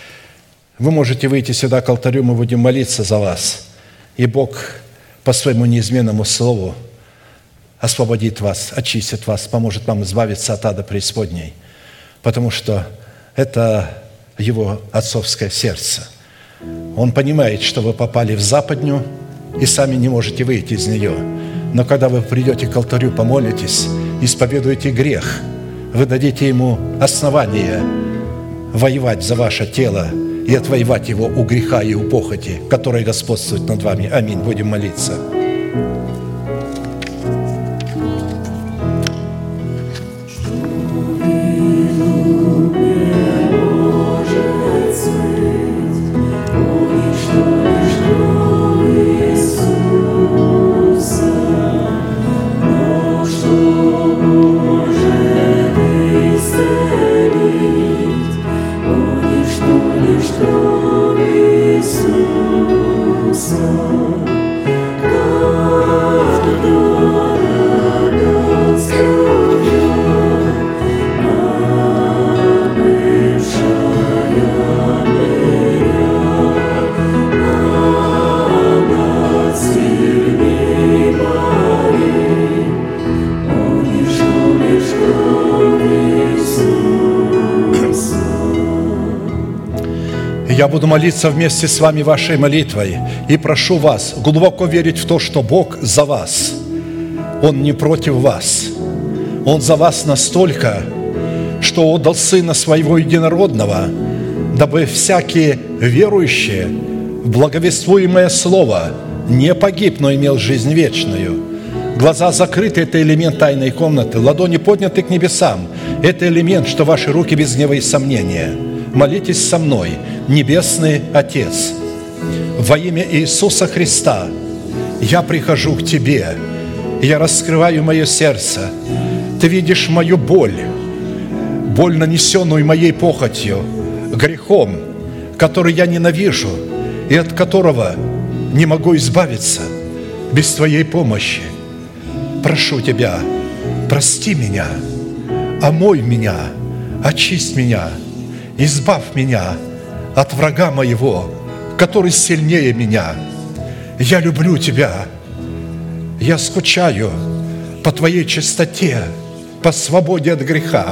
вы можете выйти сюда к алтарю, мы будем молиться за вас. И Бог по своему неизменному слову освободит вас, очистит вас, поможет вам избавиться от ада преисподней, потому что это Его отцовское сердце. Он понимает, что вы попали в западню и сами не можете выйти из нее. Но когда вы придете к алтарю, помолитесь, исповедуете грех, вы дадите Ему основание воевать за ваше тело и отвоевать его у греха и у похоти, которые господствуют над вами. Аминь. Будем молиться. Я буду молиться вместе с вами вашей молитвой и прошу вас глубоко верить в то, что Бог за вас. Он не против вас. Он за вас настолько, что отдал Сына Своего Единородного, дабы всякие верующие в благовествуемое Слово не погиб, но имел жизнь вечную. Глаза закрыты – это элемент тайной комнаты. Ладони подняты к небесам – это элемент, что ваши руки без гнева и сомнения. Молитесь со мной, Небесный Отец, во имя Иисуса Христа я прихожу к Тебе, я раскрываю мое сердце. Ты видишь мою боль, боль, нанесенную моей похотью, грехом, который я ненавижу и от которого не могу избавиться без Твоей помощи. Прошу Тебя, прости меня, омой меня, очисть меня, избавь меня от врага моего, который сильнее меня. Я люблю Тебя. Я скучаю по Твоей чистоте, по свободе от греха.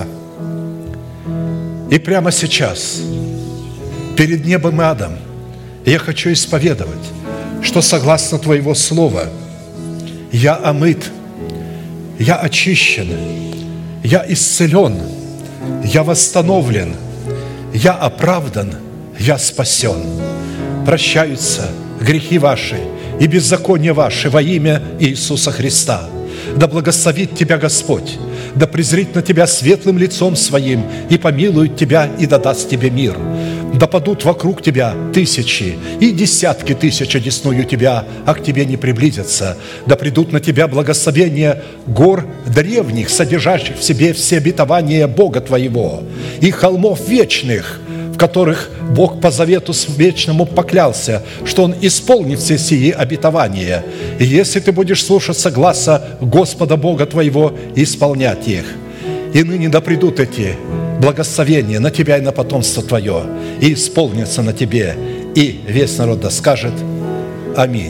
И прямо сейчас, перед небом и адом, я хочу исповедовать, что согласно Твоего Слова я омыт, я очищен, я исцелен, я восстановлен, я оправдан, я спасен. Прощаются грехи ваши и беззакония ваши во имя Иисуса Христа. Да благословит тебя Господь, да презрит на тебя светлым лицом Своим и помилует тебя и да даст тебе мир. Да падут вокруг тебя тысячи и десятки тысяч одесную тебя, а к тебе не приблизятся. Да придут на тебя благословения гор древних, содержащих в себе все обетования Бога твоего, и холмов вечных, в которых Бог по завету вечному поклялся, что Он исполнит все сии обетования. И если ты будешь слушаться гласа Господа Бога твоего и исполнять их, и ныне да придут эти благословения на тебя и на потомство твое, и исполнятся на тебе, и весь народ да скажет аминь.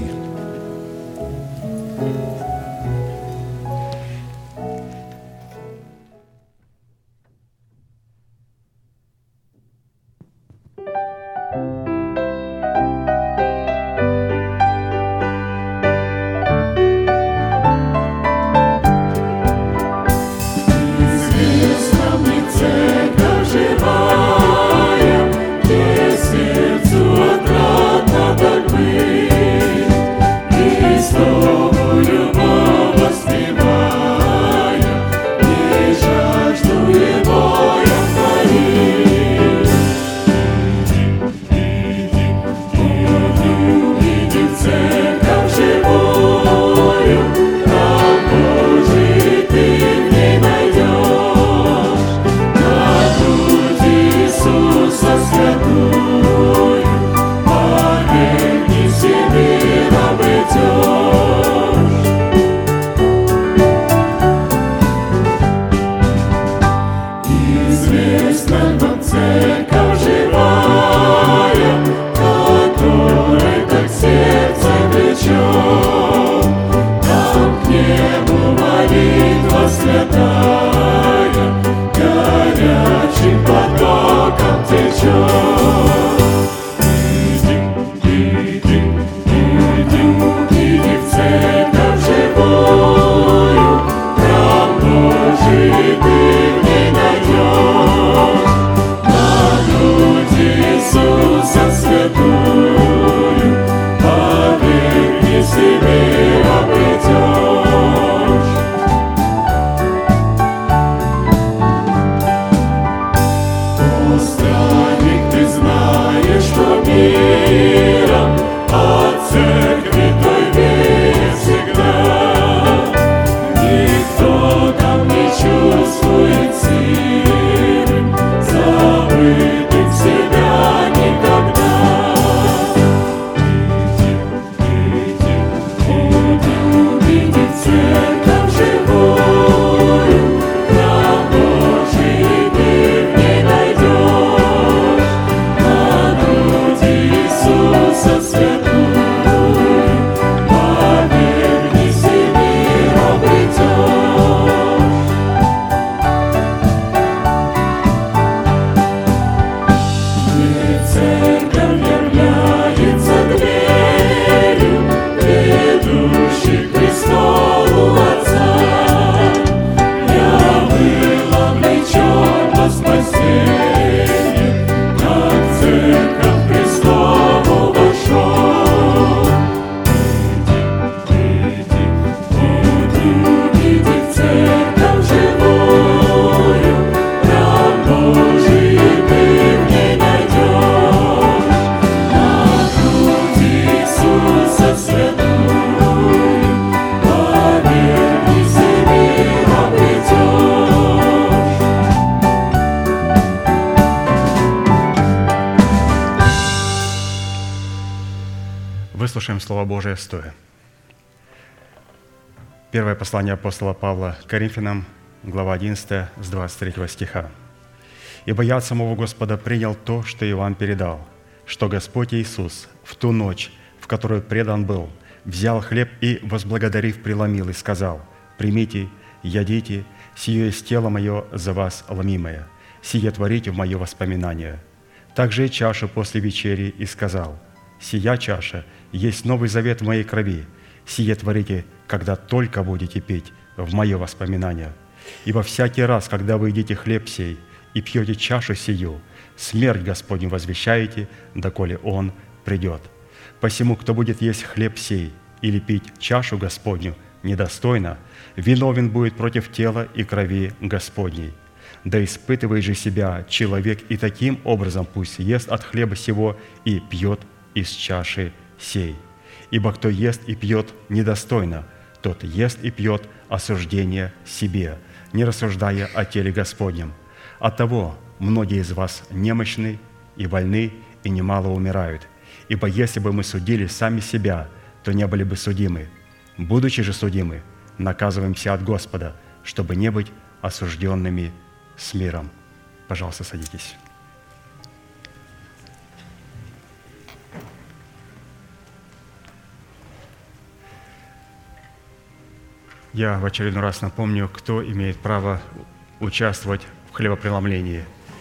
Выслушаем Слово Божие стоя. Первое послание апостола Павла к Коринфянам, глава одиннадцатая, с двадцать третьего стиха. «Ибо я от самого Господа принял то, что и вам передал, что Господь Иисус в ту ночь, в которую предан был, взял хлеб и, возблагодарив, преломил и сказал: „Примите, ядите, сие есть тело мое за вас ломимое, сие творите в мое воспоминание“. Также и чашу после вечери и сказал: „Сия чаша есть новый завет в моей крови, сие творите, когда только будете пить в мое воспоминание. Ибо всякий раз, когда вы едите хлеб сей и пьете чашу сию, смерть Господню возвещаете, доколе Он придет. Посему, кто будет есть хлеб сей или пить чашу Господню недостойно, виновен будет против тела и крови Господней. Да испытывай же себя человек, и таким образом пусть ест от хлеба сего и пьет из чаши сей. Ибо кто ест и пьет недостойно, тот ест и пьет осуждение себе, не рассуждая о теле Господнем. Оттого многие из вас немощны и больны, и немало умирают. Ибо если бы мы судили сами себя, то не были бы судимы. Будучи же судимы, наказываемся от Господа, чтобы не быть осужденными с миром». Пожалуйста, садитесь. Я в очередной раз напомню, кто имеет право участвовать в хлебопреломлении.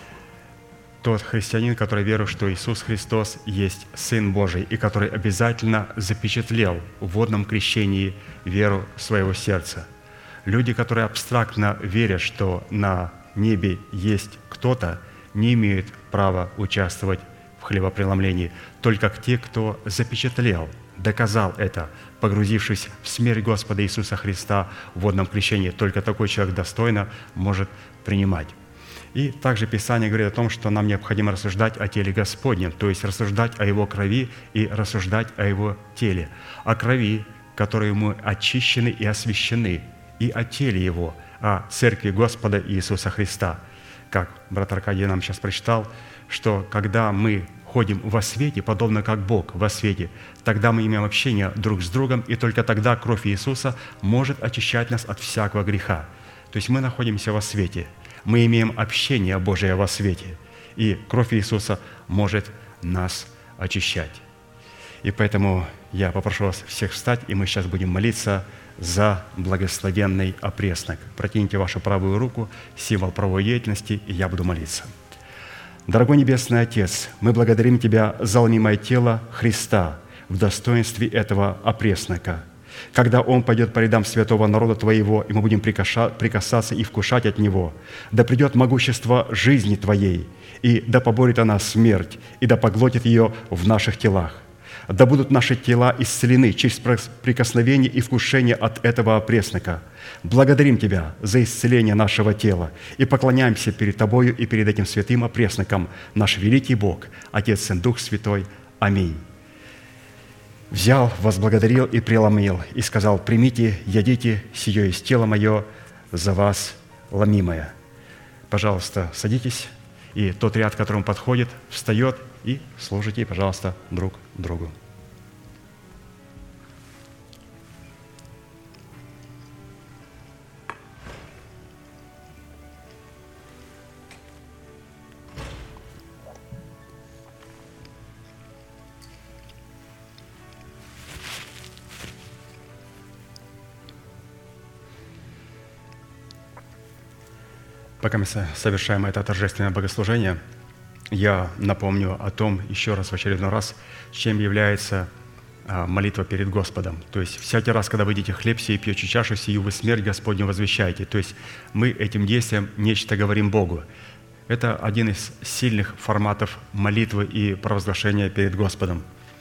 Тот христианин, который верует, что Иисус Христос есть Сын Божий, и который обязательно запечатлел в водном крещении веру своего сердца. Люди, которые абстрактно верят, что на небе есть кто-то, не имеют права участвовать в хлебопреломлении. Только те, кто запечатлел, доказал это, погрузившись в смерть Господа Иисуса Христа в водном крещении, только такой человек достойно может принимать. И также Писание говорит о том, что нам необходимо рассуждать о теле Господнем, то есть рассуждать о Его крови и рассуждать о Его теле, о крови, которой мы очищены и освящены, и о теле Его, о церкви Господа Иисуса Христа. Как брат Аркадий нам сейчас прочитал, что когда мы ходим во свете, подобно как Бог во свете, тогда мы имеем общение друг с другом, и только тогда кровь Иисуса может очищать нас от всякого греха. То есть мы находимся во свете, мы имеем общение Божие во свете, и кровь Иисуса может нас очищать. И поэтому я попрошу вас всех встать, и мы сейчас будем молиться за благословенный опреснок. Протяните вашу правую руку, символ правовой деятельности, и я буду молиться. Дорогой Небесный Отец, мы благодарим Тебя за ломимое тело Христа в достоинстве этого опреснока. Когда Он пойдет по рядам святого народа Твоего, и мы будем прикасаться и вкушать от Него, да придет могущество жизни Твоей, и да поборет она смерть, и да поглотит ее в наших телах. Да будут наши тела исцелены через прикосновение и вкушение от этого опреснока. Благодарим Тебя за исцеление нашего тела и поклоняемся перед Тобою и перед этим святым опресноком, наш великий Бог, Отец, Сын, Дух Святой. Аминь. Взял, возблагодарил и преломил, и сказал: «Примите, ядите, сие есть тело мое за вас ломимое». Пожалуйста, садитесь, и тот ряд, к которому подходит, встает, и служите, пожалуйста, друг другу. Пока мы совершаем это торжественное богослужение, я напомню о том еще раз, в очередной раз, чем является молитва перед Господом. То есть всякий раз, когда вы едите хлеб сей и пьете чашу сию, вы смерть Господню возвещаете. То есть мы этим действием нечто говорим Богу. Это один из сильных форматов молитвы и провозглашения перед Господом.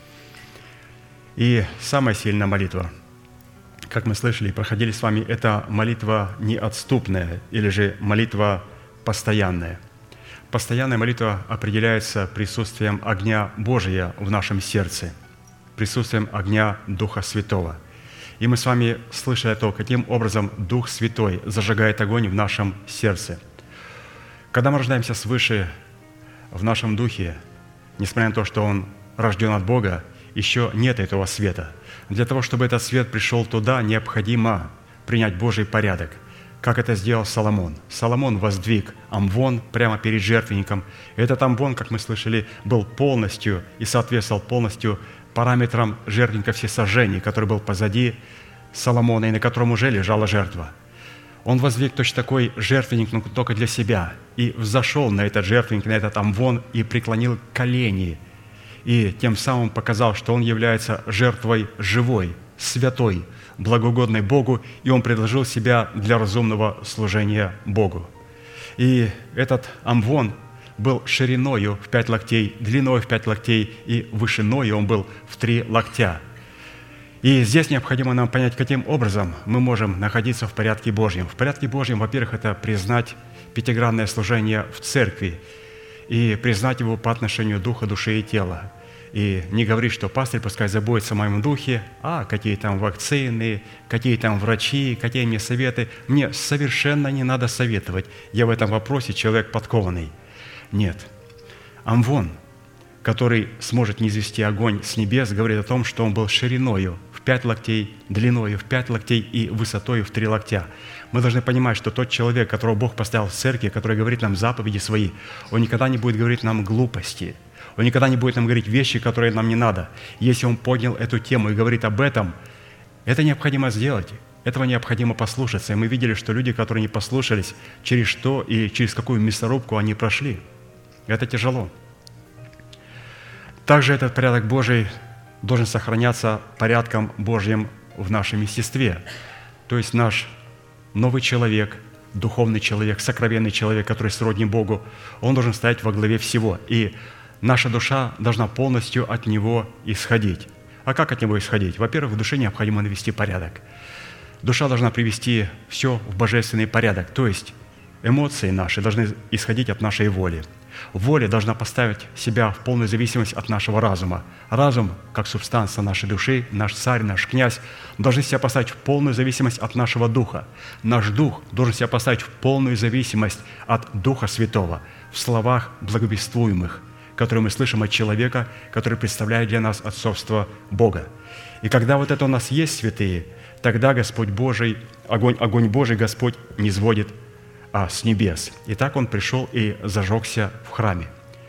И самая сильная молитва, как мы слышали и проходили с вами, это молитва неотступная или же молитва постоянная. Постоянная молитва определяется присутствием огня Божия в нашем сердце, присутствием огня Духа Святого. И мы с вами слышали о том, каким образом Дух Святой зажигает огонь в нашем сердце. Когда мы рождаемся свыше в нашем духе, несмотря на то, что он рожден от Бога, еще нет этого света. Для того, чтобы этот свет пришел туда, необходимо принять Божий порядок, как это сделал Соломон. Соломон воздвиг амвон прямо перед жертвенником. Этот амвон, как мы слышали, был полностью и соответствовал полностью параметрам жертвенника всесожжений, который был позади Соломона и на котором уже лежала жертва. Он воздвиг точно такой жертвенник, но только для себя, и взошел на этот жертвенник, на этот амвон и преклонил колени, и тем самым показал, что он является жертвой живой, святой, благоугодной Богу, и он предложил себя для разумного служения Богу. И этот амвон был шириною в пять локтей, длиной в пять локтей, и вышиною он был в три локтя. И здесь необходимо нам понять, каким образом мы можем находиться в порядке Божьем. В порядке Божьем, во-первых, это признать пятигранное служение в церкви и признать его по отношению духа, души и тела. И не говорить, что пастырь пускай заботится о моем духе, а какие там вакцины, какие там врачи, какие мне советы. Мне совершенно не надо советовать. Я в этом вопросе человек подкованный. Нет. Амвон, который сможет низвести огонь с небес, говорит о том, что он был шириною в пять локтей, длиною в пять локтей и высотою в три локтя. Мы должны понимать, что тот человек, которого Бог поставил в церкви, который говорит нам заповеди свои, он никогда не будет говорить нам глупости, он никогда не будет нам говорить вещи, которые нам не надо. Если он поднял эту тему и говорит об этом, это необходимо сделать, этого необходимо послушаться. И мы видели, что люди, которые не послушались, через что и через какую мясорубку они прошли. Это тяжело. Также этот порядок Божий должен сохраняться порядком Божьим в нашем естестве. То есть наш новый человек, духовный человек, сокровенный человек, который сродни Богу, он должен стоять во главе всего. И наша душа должна полностью от него исходить. А как от него исходить? Во-первых, в душе необходимо навести порядок. Душа должна привести все в божественный порядок. То есть эмоции наши должны исходить от нашей воли. Воля должна поставить себя в полную зависимость от нашего разума. Разум, как субстанция нашей души, наш царь, наш князь, должны себя поставить в полную зависимость от нашего духа. Наш дух должен себя поставить в полную зависимость от Духа Святого в словах благовествуемых, которые мы слышим от человека, который представляет для нас отцовство Бога. И когда вот это у нас есть, святые, тогда Господь Божий, огонь, огонь Божий Господь низводит а, с небес. И так Он пришел и зажегся в храме.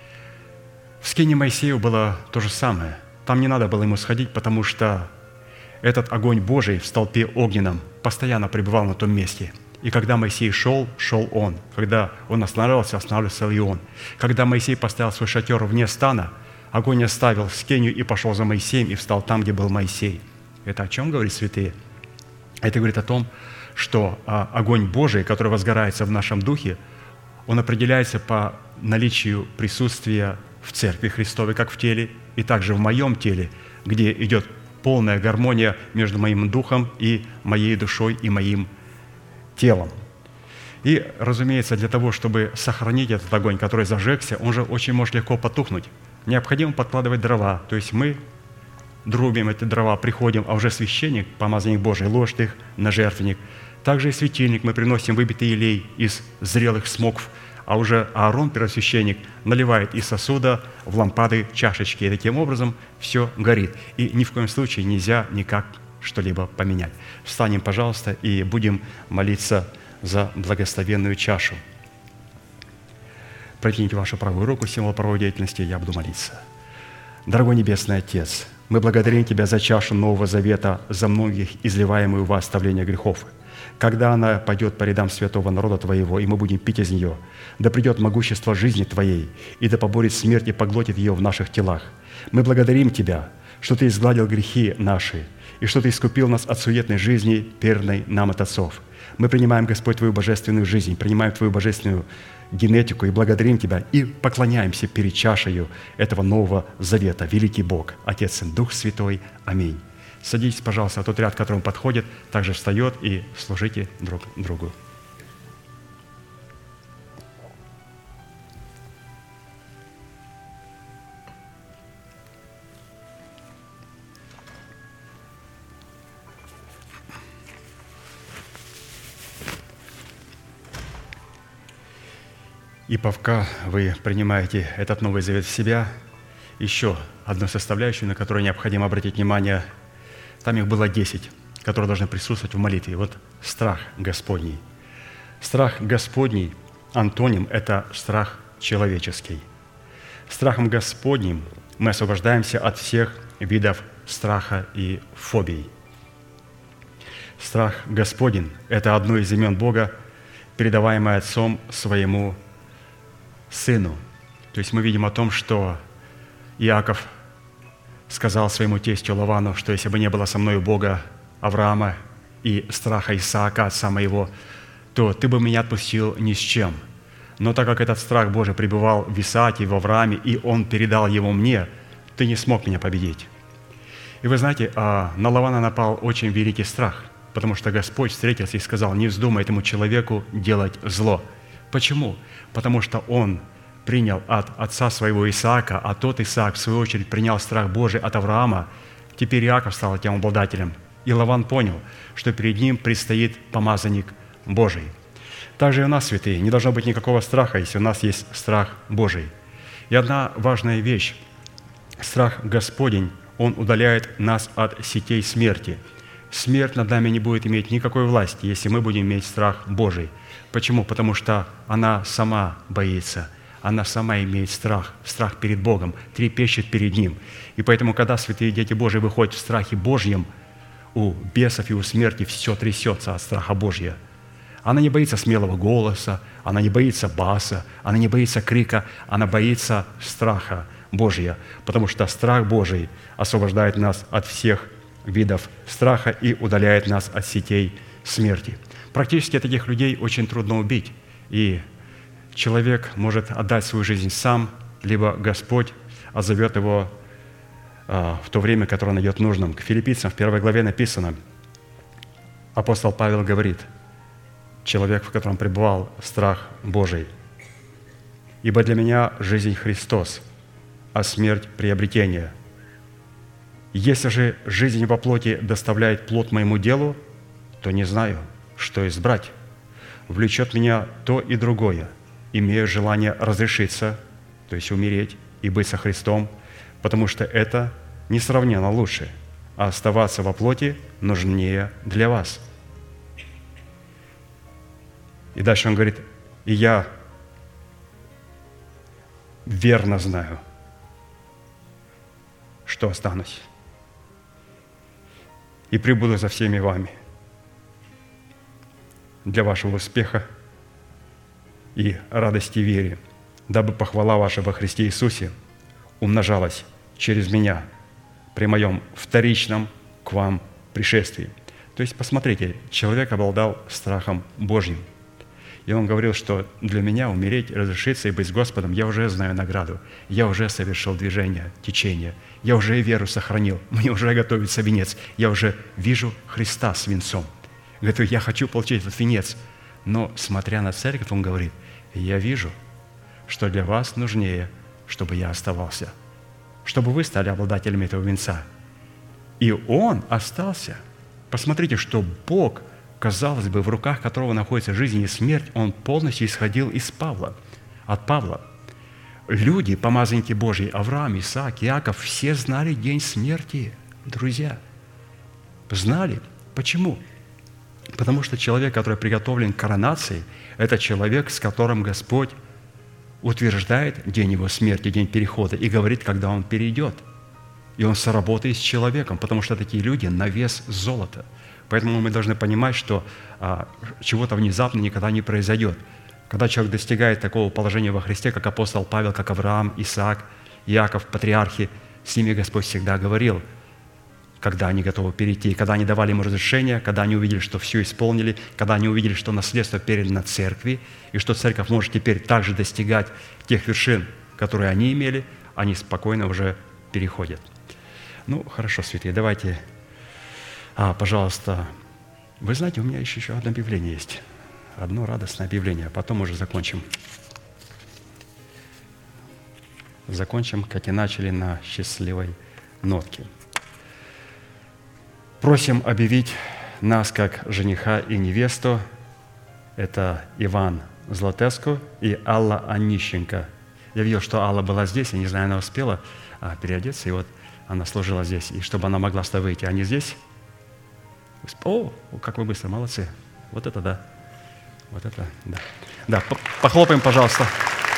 В скине Моисею было то же самое. Там не надо было ему сходить, потому что этот огонь Божий в столпе огненном постоянно пребывал на том месте. И когда Моисей шел, шел он. Когда он останавливался, останавливался и он. Когда Моисей поставил свой шатер вне стана, огонь оставил скинию и пошел за Моисеем и встал там, где был Моисей. Это о чем говорит святые? Это говорит о том, что а, огонь Божий, который возгорается в нашем духе, он определяется по наличию присутствия в Церкви Христовой, как в теле, и также в моем теле, где идет полная гармония между моим духом и моей душой и моим телом. И, разумеется, для того, чтобы сохранить этот огонь, который зажегся, он же очень может легко потухнуть. Необходимо подкладывать дрова. То есть мы друбим эти дрова, приходим, а уже священник, помазанник Божий, ложит их на жертвенник. Также и светильник мы приносим выбитый елей из зрелых смокв, а уже Аарон, первосвященник, наливает из сосуда в лампады чашечки. И таким образом все горит. И ни в коем случае нельзя никак что-либо поменять. Встанем, пожалуйста, и будем молиться за благословенную чашу. Протяните вашу правую руку, символ правовой деятельности, я буду молиться. Дорогой Небесный Отец, мы благодарим Тебя за чашу Нового Завета, за многих изливаемую во оставление грехов. Когда она пойдет по рядам святого народа Твоего, и мы будем пить из нее, да придет могущество жизни Твоей, и да поборет смерть и поглотит ее в наших телах. Мы благодарим Тебя, что Ты изгладил грехи наши, и что Ты искупил нас от суетной жизни, перной нам от отцов. Мы принимаем, Господь, Твою божественную жизнь, принимаем Твою божественную генетику и благодарим Тебя, и поклоняемся перед чашею этого Нового Завета. Великий Бог, Отец и Дух Святой. Аминь. Садитесь, пожалуйста, тот ряд, к которому подходит, также встает, и служите друг другу. И пока вы принимаете этот Новый Завет в себя, еще одну составляющую, на которую необходимо обратить внимание. Там их было десять, которые должны присутствовать в молитве. Вот страх Господний. Страх Господний, антоним – это страх человеческий. Страхом Господним мы освобождаемся от всех видов страха и фобий. Страх Господень – это одно из имен Бога, передаваемое Отцом своему Сыну. То есть мы видим о том, что Иаков сказал своему тестю Лавану, что если бы не было со мною Бога Авраама и страха Исаака, отца моего, то ты бы меня отпустил ни с чем. Но так как этот страх Божий пребывал в Исааке, в Аврааме, и он передал его мне, ты не смог меня победить. И вы знаете, на Лавана напал очень великий страх, потому что Господь встретился и сказал: не вздумай этому человеку делать зло. Почему? Потому что он принял от отца своего Исаака, а тот Исаак, в свою очередь, принял страх Божий от Авраама. Теперь Иаков стал тем обладателем. И Лаван понял, что перед ним предстоит помазанник Божий. Также и у нас, святые, не должно быть никакого страха, если у нас есть страх Божий. И одна важная вещь. Страх Господень, он удаляет нас от сетей смерти. Смерть над нами не будет иметь никакой власти, если мы будем иметь страх Божий. Почему? Потому что она сама боится, она сама имеет страх, страх перед Богом, трепещет перед Ним. И поэтому, когда святые дети Божьи выходят в страхе Божьем, у бесов и у смерти все трясется от страха Божьего. Она не боится смелого голоса, она не боится баса, она не боится крика, она боится страха Божия, потому что страх Божий освобождает нас от всех видов страха и удаляет нас от сетей смерти. Практически таких людей очень трудно убить, и человек может отдать свою жизнь сам, либо Господь отзовет его а, в то время, которое он найдет нужным. К Филиппийцам в первой главе написано, апостол Павел говорит: человек, в котором пребывал страх Божий. «Ибо для меня жизнь Христос, а смерть – приобретение. Если же жизнь во плоти доставляет плод моему делу, то не знаю, что избрать. Влечет меня то и другое. Имею желание разрешиться, то есть умереть и быть со Христом, потому что это несравненно лучше, а оставаться во плоти нужнее для вас». И дальше он говорит: «И я верно знаю, что останусь, и прибуду за всеми вами для вашего успеха и радости в вере, дабы похвала ваша во Христе Иисусе умножалась через меня при моем вторичном к вам пришествии». То есть, посмотрите, человек обладал страхом Божьим. И он говорил, что для меня умереть, разрешиться и быть с Господом, я уже знаю награду, я уже совершил движение, течение, я уже и веру сохранил, мне уже готовится венец, я уже вижу Христа с венцом. Говорит, я хочу получить этот венец. Но, смотря на церковь, он говорит: я вижу, что для вас нужнее, чтобы я оставался, чтобы вы стали обладателями этого венца. И он остался. Посмотрите, что Бог, казалось бы, в руках которого находится жизнь и смерть, он полностью исходил из Павла, от Павла. Люди, помазанники Божьи, Авраам, Исаак, Иаков, все знали день смерти, друзья. Знали. Почему? Потому что человек, который приготовлен к коронации, это человек, с которым Господь утверждает день его смерти, день перехода, и говорит, когда он перейдет. И он соработает с человеком, потому что такие люди на вес золота. Поэтому мы должны понимать, что а, чего-то внезапно никогда не произойдет. Когда человек достигает такого положения во Христе, как апостол Павел, как Авраам, Исаак, Иаков, патриархи, с ними Господь всегда говорил, когда они готовы перейти, когда они давали ему разрешение, когда они увидели, что все исполнили, когда они увидели, что наследство передано церкви, и что церковь может теперь также достигать тех вершин, которые они имели, они спокойно уже переходят. Ну, хорошо, святые, давайте... А, пожалуйста, вы знаете, у меня еще, еще одно объявление есть. Одно радостное объявление, а потом уже закончим. Закончим, как и начали, на счастливой нотке. Просим объявить нас как жениха и невесту. Это Иван Златеско и Алла Онищенко. Я видел, что Алла была здесь, я не знаю, она успела. а, переодеться, и вот она служила здесь, и чтобы она могла сюда выйти, а не здесь. О, как вы быстро, молодцы. Вот это да. Вот это да. Да, похлопаем, пожалуйста.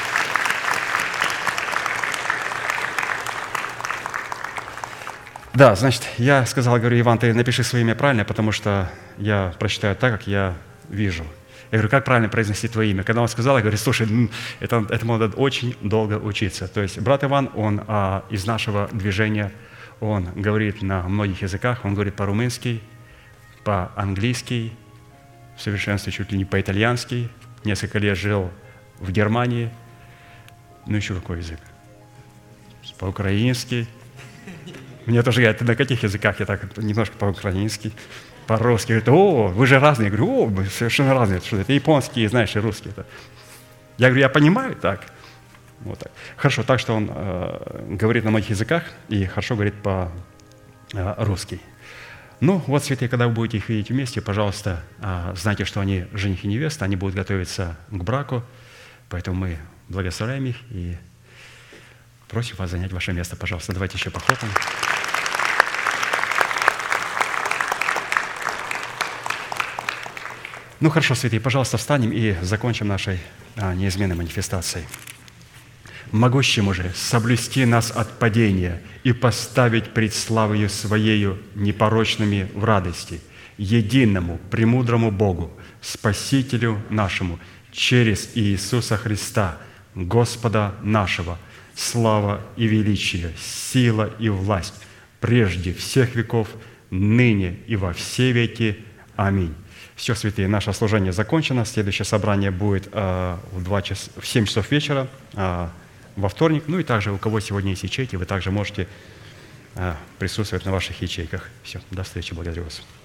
Да, значит, я сказал, говорю, Иван, ты напиши свое имя правильно, потому что я прочитаю так, как я вижу. Я говорю, как правильно произнести твое имя? Когда он сказал, я говорю, слушай, это, этому надо очень долго учиться. То есть брат Иван, он а, из нашего движения, он говорит на многих языках, он говорит по-румынски, по-английски, в совершенстве чуть ли не по-итальянски, несколько лет жил в Германии, ну еще какой язык? По-украински. Мне тоже говорят, ты на каких языках? Я так немножко по-украински, по-русски. Говорят, о, вы же разные. Я говорю, о, мы совершенно разные. Что это японский, знаешь, и русский. Я говорю, я понимаю так. Вот так. Хорошо, так что он э, говорит на многих языках и хорошо говорит по-русски. Ну, вот, святые, когда вы будете их видеть вместе, пожалуйста, э, знайте, что они жених и невеста, они будут готовиться к браку, поэтому мы благословляем их и просим вас занять ваше место, пожалуйста. Давайте еще похлопаем. Ну хорошо, святые, пожалуйста, встанем и закончим нашей а, неизменной манифестацией. «Могущему же соблюсти нас от падения и поставить пред славою Своею непорочными в радости, единому, премудрому Богу, Спасителю нашему, через Иисуса Христа, Господа нашего, слава и величие, сила и власть, прежде всех веков, ныне и во все веки. Аминь». Все, святые, наше служение закончено. Следующее собрание будет э, в, два час, в семь часов вечера э, во вторник. Ну и также, у кого сегодня есть ячейки, вы также можете э, присутствовать на ваших ячейках. Все, до встречи, благодарю вас.